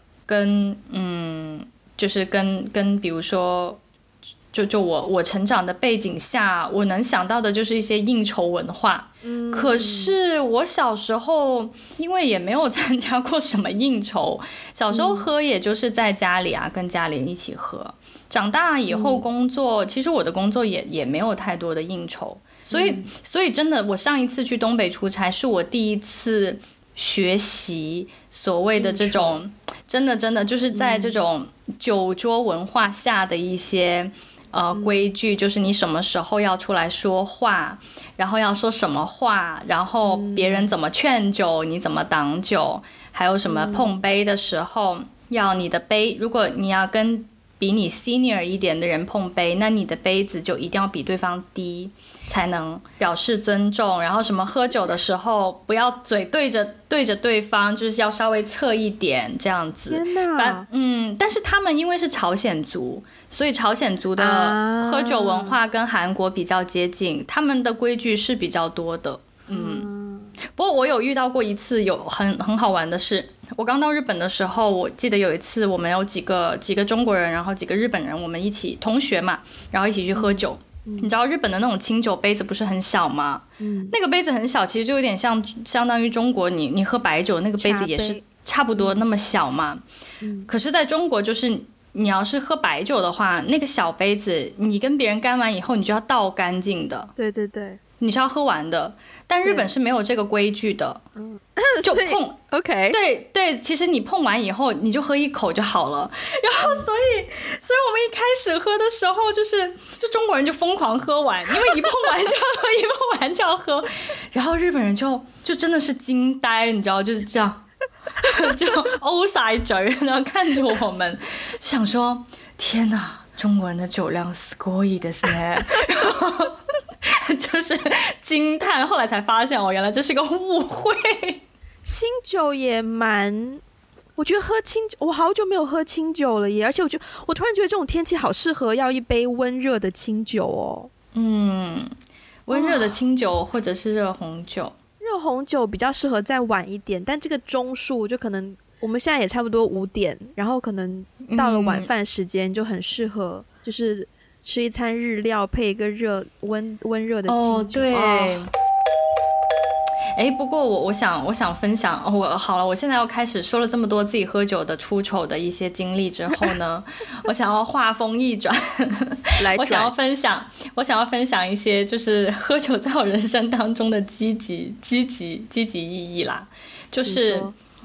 就是跟比如说。就我成长的背景下，我能想到的就是一些应酬文化。可是我小时候因为也没有参加过什么应酬，小时候喝也就是在家里啊，跟家里人一起喝。长大以后工作，其实我的工作也没有太多的应酬，所以真的，我上一次去东北出差是我第一次学习所谓的这种，真的就是在这种酒桌文化下的一些。规矩，就是你什么时候要出来说话，然后要说什么话，然后别人怎么劝酒，你怎么挡酒，还有什么碰杯的时候，要你的杯，如果你要跟比你 senior 一点的人碰杯，那你的杯子就一定要比对方低，才能表示尊重。然后什么喝酒的时候不要嘴对着对方，就是要稍微侧一点这样子。 天哪！ 但是他们因为是朝鲜族，所以朝鲜族的喝酒文化跟韩国比较接近，他们的规矩是比较多的。不过我有遇到过一次有很好玩的事。我刚到日本的时候，我记得有一次我们有几个中国人，然后几个日本人，我们一起同学嘛，然后一起去喝酒。你知道日本的那种清酒杯子不是很小吗？那个杯子很小，其实就有点相当于中国你喝白酒那个杯子也是差不多那么小嘛。可是在中国就是你要是喝白酒的话，那个小杯子你跟别人干完以后你就要倒干净的。 对对对， 你是要喝完的，但日本是没有这个规矩的。就碰 OK， 对，其实你碰完以后你就喝一口就好了。然后所以我们一开始喝的时候就中国人就疯狂喝完，因为一碰完就要喝，一碰完就要喝。然后日本人就真的是惊呆，你知道，就是这样就 O 塞嘴，然后看着我们想说天哪，中国人的酒量すごいですね。然后就是惊叹，后来才发现原来这是个误会。 清酒也蛮，我觉得喝清酒，我好久没有喝清酒了耶，而且我突然觉得这种天气好适合要一杯温热的清酒哦。 温热的清酒或者是热红酒。 热红酒比较适合再晚一点，但这个钟数就可能我们现在也差不多5点，然后可能到了晚饭时间就很适合，就是吃一餐日料配一个温热的清酒。 对。不过我想分享，好了，我现在要开始说了这么多自己喝酒的出丑的一些经历之后呢，我想要话锋一转，我想要分享一些就是喝酒在我人生当中的积极意义啦，就是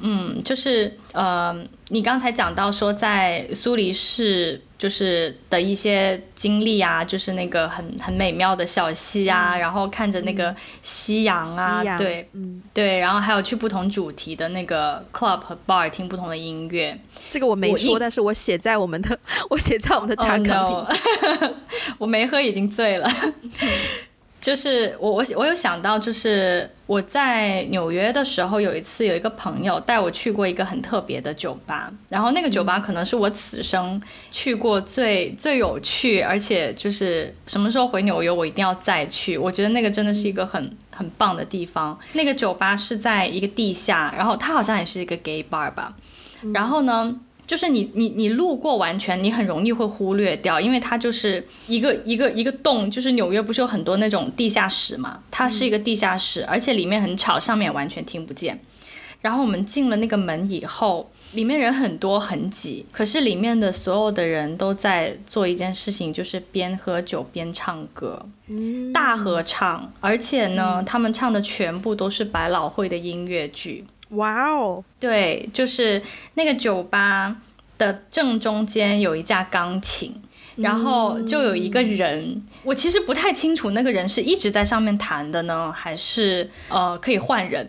你刚才讲到说在苏黎世就是的一些经历啊，就是那个很美妙的小溪啊，然后看着那个夕阳啊，对，然后还有去不同主题的那个 club 和 bar 听不同的音乐。这个我没说，但是我写在我们的打卡屏。 我没喝已经醉了。就是我有想到，就是我在纽约的时候，有一次有一个朋友带我去过一个很特别的酒吧，然后那个酒吧可能是我此生去过最有趣，而且就是什么时候回纽约我一定要再去，我觉得那个真的是一个很棒的地方。那个酒吧是在一个地下，然后它好像也是一个 gay bar 吧，然后呢就是你路过完全你很容易会忽略掉，因为它就是一个洞，就是纽约不是有很多那种地下室嘛，它是一个地下室，而且里面很吵，上面完全听不见。然后我们进了那个门以后，里面人很多很挤，可是里面的所有的人都在做一件事情，就是边喝酒边唱歌，大合唱，而且呢他们唱的全部都是百老汇的音乐剧。 哇哦， 对，就是那个酒吧的正中间有一架钢琴，然后就有一个人，我其实不太清楚那个人是一直在上面弹的呢，还是可以换人，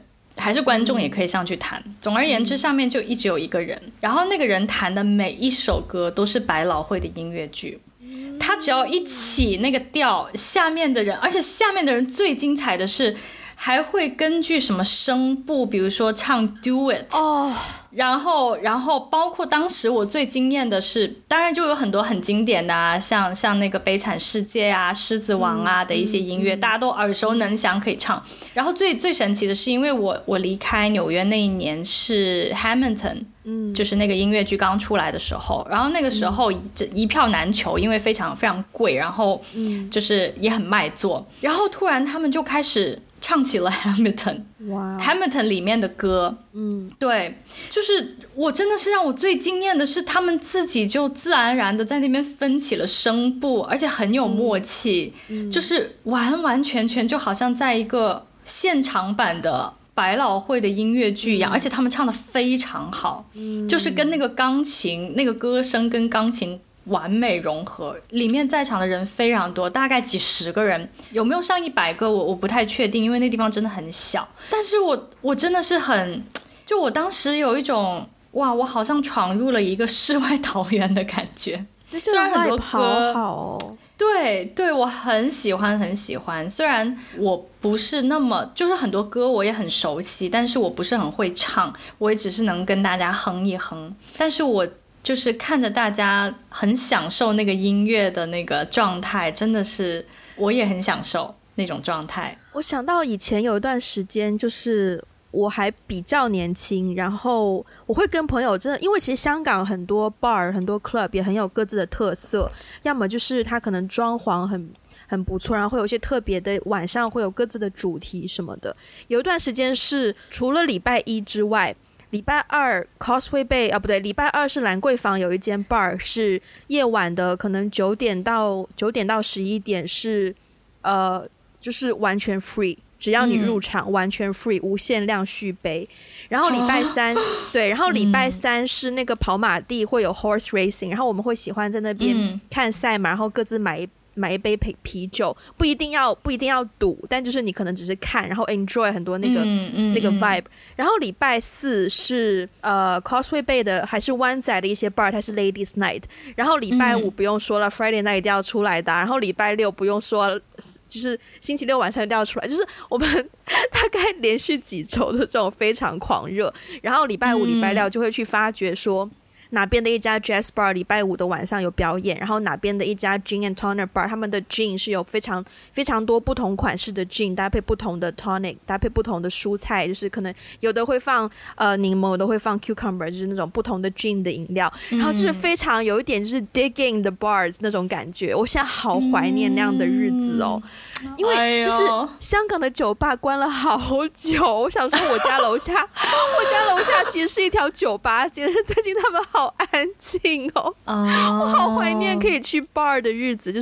还是观众也可以上去弹。总而言之，上面就一直有一个人，然后那个人弹的每一首歌都是百老汇的音乐剧。他只要一起那个调，下面的人，而且下面的人最精彩的是还会根据什么声部，比如说唱 duet 然后包括当时我最惊艳的是，当然就有很多很经典的啊，像那个悲惨世界啊、狮子王啊的一些音乐，大家都耳熟能详可以唱。然后最神奇的是，因为我离开纽约那一年是 Hamilton，就是那个音乐剧刚出来的时候，然后那个时候一票难求，因为非常非常贵，然后就是也很卖座，然后突然他们就开始唱起了 Hamilton、Hamilton 里面的歌，对，就是我真的是让我最惊艳的是，他们自己就自然而然的在那边分起了声部，而且很有默契，就是完完全全就好像在一个现场版的百老汇的音乐剧一样，而且他们唱得非常好，就是跟那个钢琴那个歌声跟钢琴完美融合，里面在场的人非常多，大概几十个人，有没有上100个我不太确定，因为那地方真的很小。但是我真的是就我当时有一种哇，我好像闯入了一个世外桃源的感觉。虽然很多歌好哦， 对，我很喜欢很喜欢，虽然我不是那么就是很多歌我也很熟悉，但是我不是很会唱，我也只是能跟大家哼一哼，但是我就是看着大家很享受那个音乐的那个状态，真的是我也很享受那种状态。 我想到以前有一段时间，就是我还比较年轻，然后我会跟朋友真的，因为其实香港很多 bar 很多 club 也很有各自的特色，要么就是它可能装潢很不错，然后会有一些特别的晚上会有各自的主题什么的。有一段时间是除了礼拜一之外，礼拜二 Causeway Bay 不对，礼拜二是兰桂坊有一间 bar 是夜晚的，可能9点到11点是就是完全 free， 只要你入场完全 free， 无限量续杯。然后礼拜三对，然后礼拜三是那个跑马地会有 horse racing， 然后我们会喜欢在那边看赛马，然后各自买一杯啤酒，不一定要赌，但就是你可能只是看，然后 enjoy 很多那个vibe。然后礼拜四是Causeway Bay 的还是湾仔的一些 bar， 它是 Ladies Night。然后礼拜五不用说了，Friday Night 一定要出来的，然后礼拜六不用说，就是星期六晚上一定要出来，就是我们大概连续几周的这种非常狂热。然后礼拜五礼拜六就会去发掘说哪边的一家 jazz bar 礼拜五的晚上有表演，然后哪边的一家 gin and tonic bar 他们的 gin 是有非常非常多不同款式的 gin， 搭配不同的 tonic， 搭配不同的蔬菜，就是可能有的会放柠檬，有的会放 cucumber， 就是那种不同的 gin 的饮料，然后就是非常有一点就是 digging the bars 那种感觉。我现在好怀念那样的日子哦，因为就是香港的酒吧关了好久，我想说我家楼下其实是一条酒吧，其实最近他们好安静哦，我好怀念可以去 bar 的日子，就是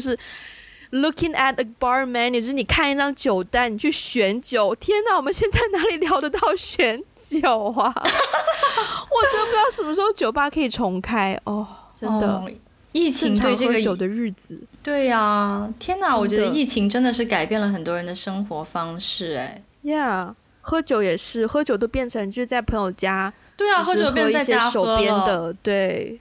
looking at a bar menu， 就是你看一张酒单，你去选酒。天哪，我们现在哪里聊得到选酒啊？我真的不知道什么时候酒吧可以重开哦，真的。 疫情对这个喝酒的日子， 对啊，天哪，我觉得疫情真的是改变了很多人的生活方式。 Yeah， 喝酒也是，喝酒都变成就是在朋友家。 对啊，喝酒变成在家喝了， 喝一些手边的，对，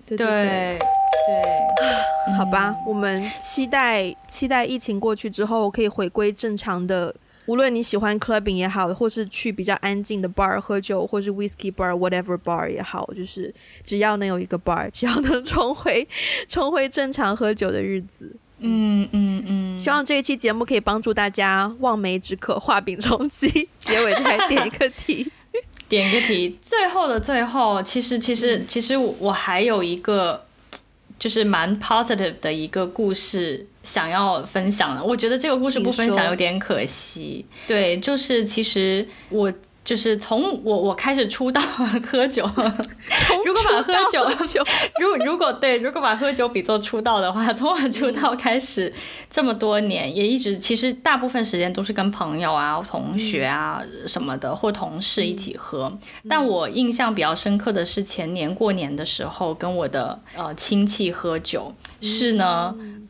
好吧，我们期待疫情过去之后可以回归正常的，无论你喜欢 clubbing 也好，或是去比较安静的 bar 喝酒，或是 whisky bar whatever bar 也好，就是只要能有一个 bar， 只要能重回正常喝酒的日子。希望这一期节目可以帮助大家望梅止渴，画饼充饥。结尾再点一个题。 点个题，最后的最后，其实我还有一个就是蛮 positive 的一个故事想要分享的。我觉得这个故事不分享有点可惜。对，就是其实我就是从我开始出道喝酒，如果把喝酒如果把喝酒比作出道的话，从我出道开始这么多年，也一直其实大部分时间都是跟朋友啊、同学啊什么的或同事一起喝。但我印象比较深刻的是前年过年的时候跟我的亲戚喝酒，是呢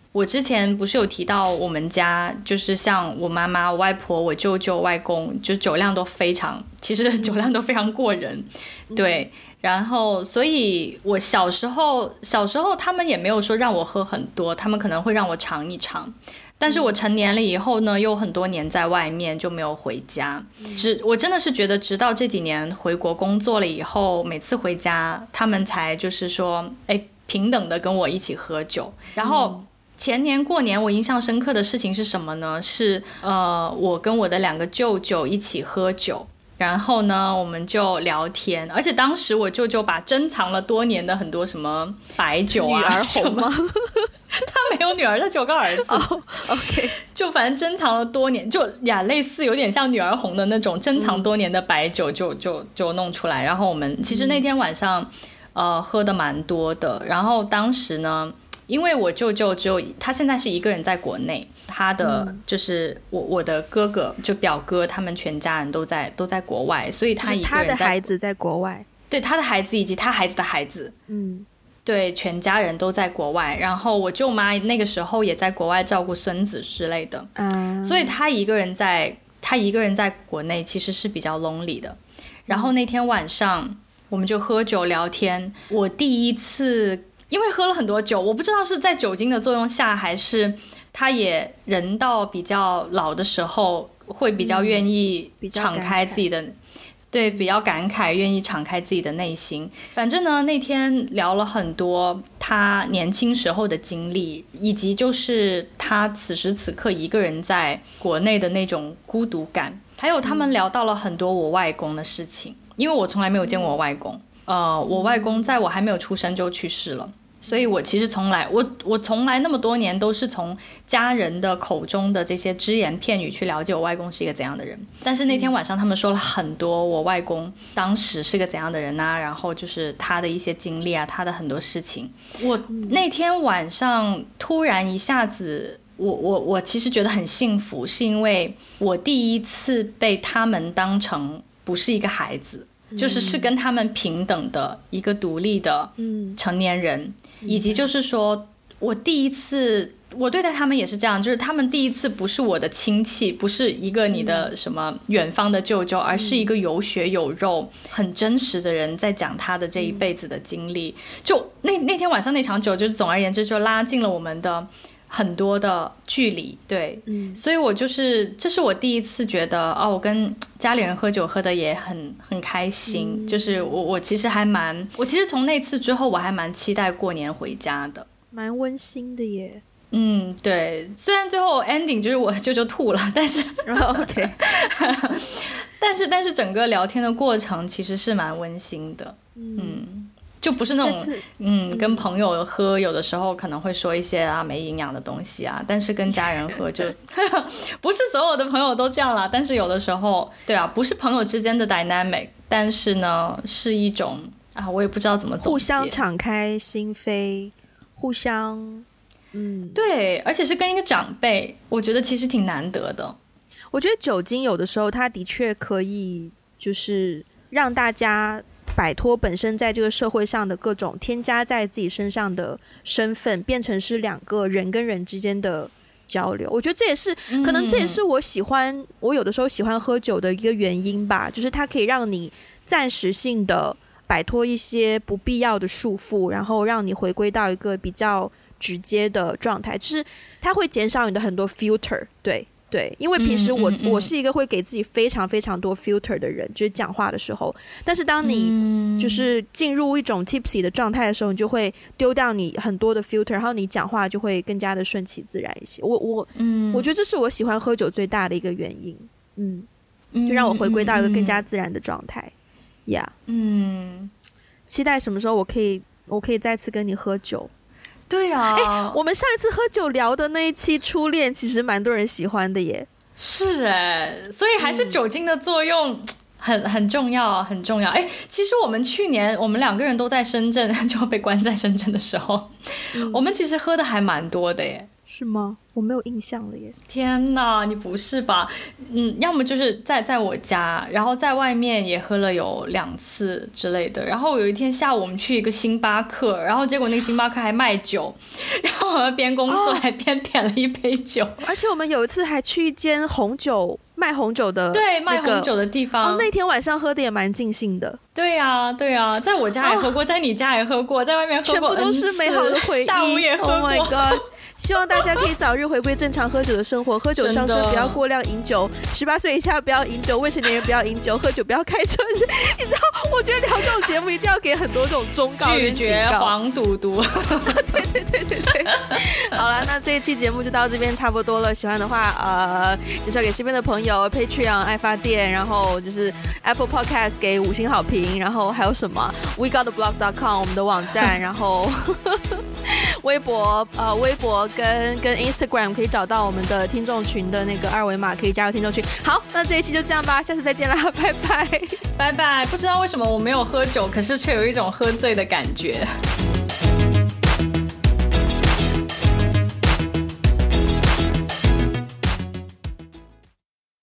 我之前不是有提到我们家就是像我妈妈、我外婆、我舅舅、外公，就酒量都非常，其实酒量都非常过人，对。然后，所以我小时候他们也没有说让我喝很多，他们可能会让我尝一尝。但是我成年了以后呢，又很多年在外面就没有回家。我真的是觉得，直到这几年回国工作了以后，每次回家，他们才就是说，哎，平等的跟我一起喝酒。然后前年过年，我印象深刻的事情是什么呢？是我跟我的2个舅舅一起喝酒。然后呢，我们就聊天，而且当时我舅舅把珍藏了多年的很多什么白酒啊， 女儿红吗？ 他没有女儿，他只有个儿子。 OK， 就反正珍藏了多年，就类似有点像女儿红的那种珍藏多年的白酒，就弄出来。然后我们其实那天晚上，喝的蛮多的。然后当时呢，因为我舅舅他现在是一个人在国内，他的就是我的哥哥就表哥，他们全家人都在国外，所以他一个人他的孩子在国外， 对，他的孩子以及他孩子的孩子，对，全家人都在国外。然后我舅妈那个时候也在国外照顾孙子之类的，所以他一个人在国内其实是比较 lonely 的。然后那天晚上我们就喝酒聊天，我第一次因为喝了很多酒，我不知道是在酒精的作用下，还是他也人到比较老的时候会比较愿意敞开自己的，对，比较感慨，愿意敞开自己的内心。反正呢，那天聊了很多他年轻时候的经历，以及就是他此时此刻一个人在国内的那种孤独感，还有他们聊到了很多我外公的事情，因为我从来没有见过我外公，我外公在我还没有出生就去世了。所以我其实从来那么多年都是从家人的口中的这些只言片语去了解我外公是一个怎样的人。但是那天晚上他们说了很多我外公当时是个怎样的人啊，然后就是他的一些经历啊，他的很多事情。我那天晚上突然一下子我其实觉得很幸福，是因为我第一次被他们当成不是一个孩子，就是跟他们平等的一个独立的成年人，以及就是说我第一次我对待他们也是这样，就是他们第一次不是我的亲戚，不是一个你的什么远方的舅舅，而是一个有血有肉很真实的人在讲他的这一辈子的经历。就那天晚上那场酒，就是总而言之就拉近了我们的很多的距离，对，所以我就是这是我第一次觉得我跟家里人喝酒喝的也很开心，就是我其实从那次之后我还蛮期待过年回家的， 蛮温馨的耶。 对，虽然最后 ending 就是我舅舅吐了，但是 OK 但是整个聊天的过程其实是蛮温馨的，就不是那种跟朋友喝有的时候可能会说一些没营养的东西啊，但是跟家人喝就不是所有的朋友都这样啦，但是有的时候对啊，不是朋友之间的 dynamic， 但是呢是一种我也不知道怎么总结， 互相敞开心扉，互相对，而且是跟一个长辈，我觉得其实挺难得的。 我觉得酒精有的时候它的确可以就是让大家摆脱本身在这个社会上的各种添加在自己身上的身份，变成是两个人跟人之间的交流。我觉得这也是可能这也是我有的时候喜欢喝酒的一个原因吧，就是它可以让你暂时性的摆脱一些不必要的束缚，然后让你回归到一个比较直接的状态，就是它会减少你的很多 filter， 对，因为平时我是一个会给自己非常非常多 filter 的人，就是讲话的时候，但是当你就是进入一种 tipsy 的状态的时候，你就会丢掉你很多的 filter， 然后你讲话就会更加的顺其自然一些。我觉得这是我喜欢喝酒最大的一个原因，就让我回归到一个更加自然的状态。期待什么时候我可以再次跟你喝酒。 对啊， 我们上一次喝酒聊的那一期初恋其实蛮多人喜欢的耶。 是所以还是酒精的作用很重要很重要。其实我们去年我们2个人都在深圳就被关在深圳的时候，我们其实喝的还蛮多的耶。 是吗？我没有印象了耶。 天哪，你不是吧？要么就是在我家，然后在外面也喝了有2次之类的。然后有一天下午我们去一个星巴克，然后结果那个星巴克还卖酒，然后我们边工作还边点了一杯酒。 而且我们有一次还去一间卖红酒的、 对，卖红酒的地方。 那天晚上喝的也蛮尽兴的。 对啊，在我家也喝过，在你家也喝过，在外面喝过， 全部都是美好的回忆。 下午也喝过。 Oh my god！ 希望大家可以早日回归正常喝酒的生活，喝酒伤身，不要过量饮酒，18岁以下不要饮酒，未成年人不要饮酒，喝酒不要开车。你知道，我觉得聊这种节目一定要给很多这种忠告跟警告。 拒绝黄赌毒。 对。好了，那这一期节目就到这边差不多了。喜欢的话，介绍给身边的朋友 ，Patreon 爱发电，然后就是 Apple Podcast 给5星好评，然后还有什么 WeGotTheBlog.com 我们的网站，然后微博跟 Instagram 可以找到我们的听众群的那个2维码，可以加入听众群。好，那这一期就这样吧，下次再见啦，拜拜， 拜拜。不知道为什么我没有喝酒，可是却有一种喝醉的感觉。